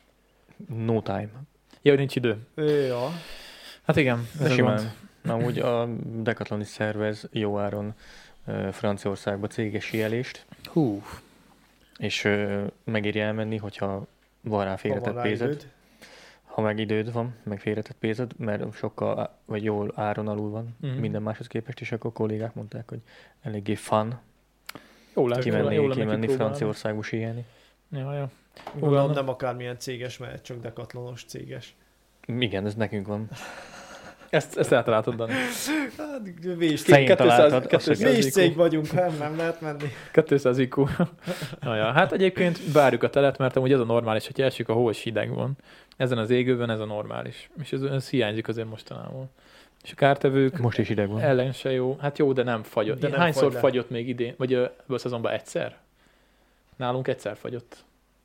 No time. Ja, hogy nincs idő. Ja. Hát igen, De ez a gond. simán. Amúgy a Decathlon is szervez jó áron ö, Franciaországba céges síelést, Hú. és ö, megéri elmenni, hogyha van rá Ha félretett van rá pénzed. időd. Ha meg időd van, meg félretett pénzed, mert sokkal, á- vagy jól áron alul van Mhm. minden máshoz képest, és akkor a kollégák mondták, hogy eléggé fun Jó lehet, jó kimenni, lenne kimenni kipróbálni. Franciaországba síelni. Ja, ja. Gondolom lenne. nem akármilyen céges, mert csak Decathlonos céges. Igen, ez nekünk van. Ezt, ezt el látod, Dani. Hát, vés Fején cég, találtad, kétszáz azt vés I Q. cég vagyunk, nem, nem lehet menni. kétszáz I Q. Ja, ja. Hát egyébként várjuk a telet, mert amúgy ez a normális, hogy elsők a hó és hideg van. Ezen az égőben ez a normális. És ez, ez hiányzik azért mostanában. És a kártevők Most is ideg van. ellen se jó. Hát jó, de nem fagyott. De nem Hányszor fagy le. fagyott még idén? Vagy ö, ebből a szezonban egyszer? Nálunk egyszer fagyott.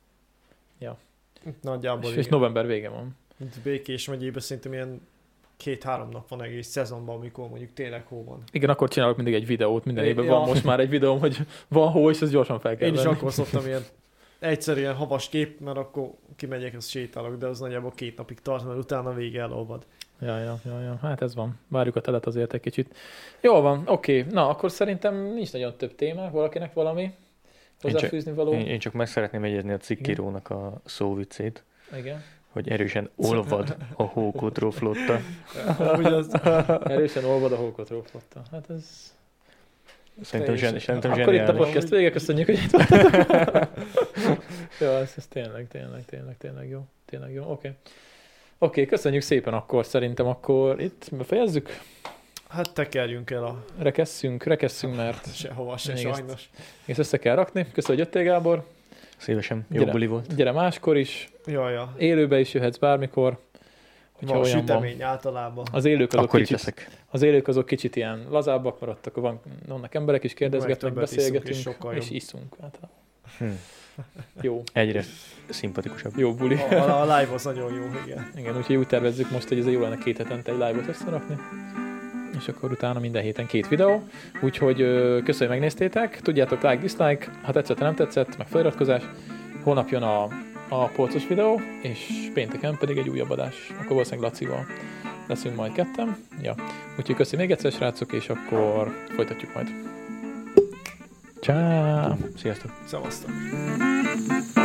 Nagyjából És, és igen. november vége van. Itt Békés megyében szerintem ilyen két-három nap van egész szezonban, amikor mondjuk tényleg hó van. Igen, akkor csinálok mindig egy videót. Minden É, évben ja. van most már egy videóm, hogy van hó, és az gyorsan fel kell Én is venni. akkor szoktam ilyen egyszer ilyen havas kép, mert akkor kimegyek, azt sétálok, de az nagyjából két napig tart, mert utána vége elolvad. Ja, ja, ja, ja, hát ez van. Várjuk a telet azért egy kicsit. Jól van, oké. Na, akkor szerintem nincs nagyon több téma. Valakinek valami hozzáfűzni való? Én, én csak meg szeretném jegyezni a cikkírónak a szóviccét, Igen. hogy erősen olvad a hókotró flotta. Úgy az, Erősen olvad a hókotról flotta. Hát ez... Szerintem, Teljesen. zsen, szerintem Akkor itt a zseniális. podcast vége, köszönjük, hogy itt voltatok. Jó, ez, ez tényleg, tényleg, tényleg, tényleg jó. Tényleg jó, oké. Okay. Oké, okay, köszönjük szépen akkor. Szerintem akkor itt befejezzük. hát tekerjünk el a Rekesszünk, rekesszünk, mert sehova se, Még ezt- sajnos. ezt össze kell rakni. Köszönjük, hogy jöttél, Gábor. Szívesen, jó Gyere. buli volt. Gyere máskor is. Jaj, ja. Élőbe is jöhetsz bármikor. Hogyha Van olyan van. sütemény általában. Az élők azok, Akkor itt kicsit, leszek. az élők azok kicsit ilyen lazábbak maradtak, akkor van, vannak emberek is kérdezgetnek, többet iszunk, beszélgetünk, és sokkal és jobb. iszunk. Hát, Hm. jó, Egyre szimpatikusabb. jó buli. A, a, a live az nagyon jó, igen. Igen, úgyhogy úgy tervezzük most, hogy ez jó lenne két hetente egy live-ot összerakni. És akkor utána minden héten két videó. Úgyhogy ö, köszönjük, hogy megnéztétek. Tudjátok, like, dislike, ha tetszett, ha nem tetszett, meg feliratkozás. Holnap jön a, a polcos videó, és pénteken pedig egy újabb adás. Akkor valószínűleg Lacival leszünk majd ketten. Ja. Úgyhogy köszönjük még egyszer, srácok, és akkor folytatjuk majd. Ciao. Sziasztok! Szevasztok.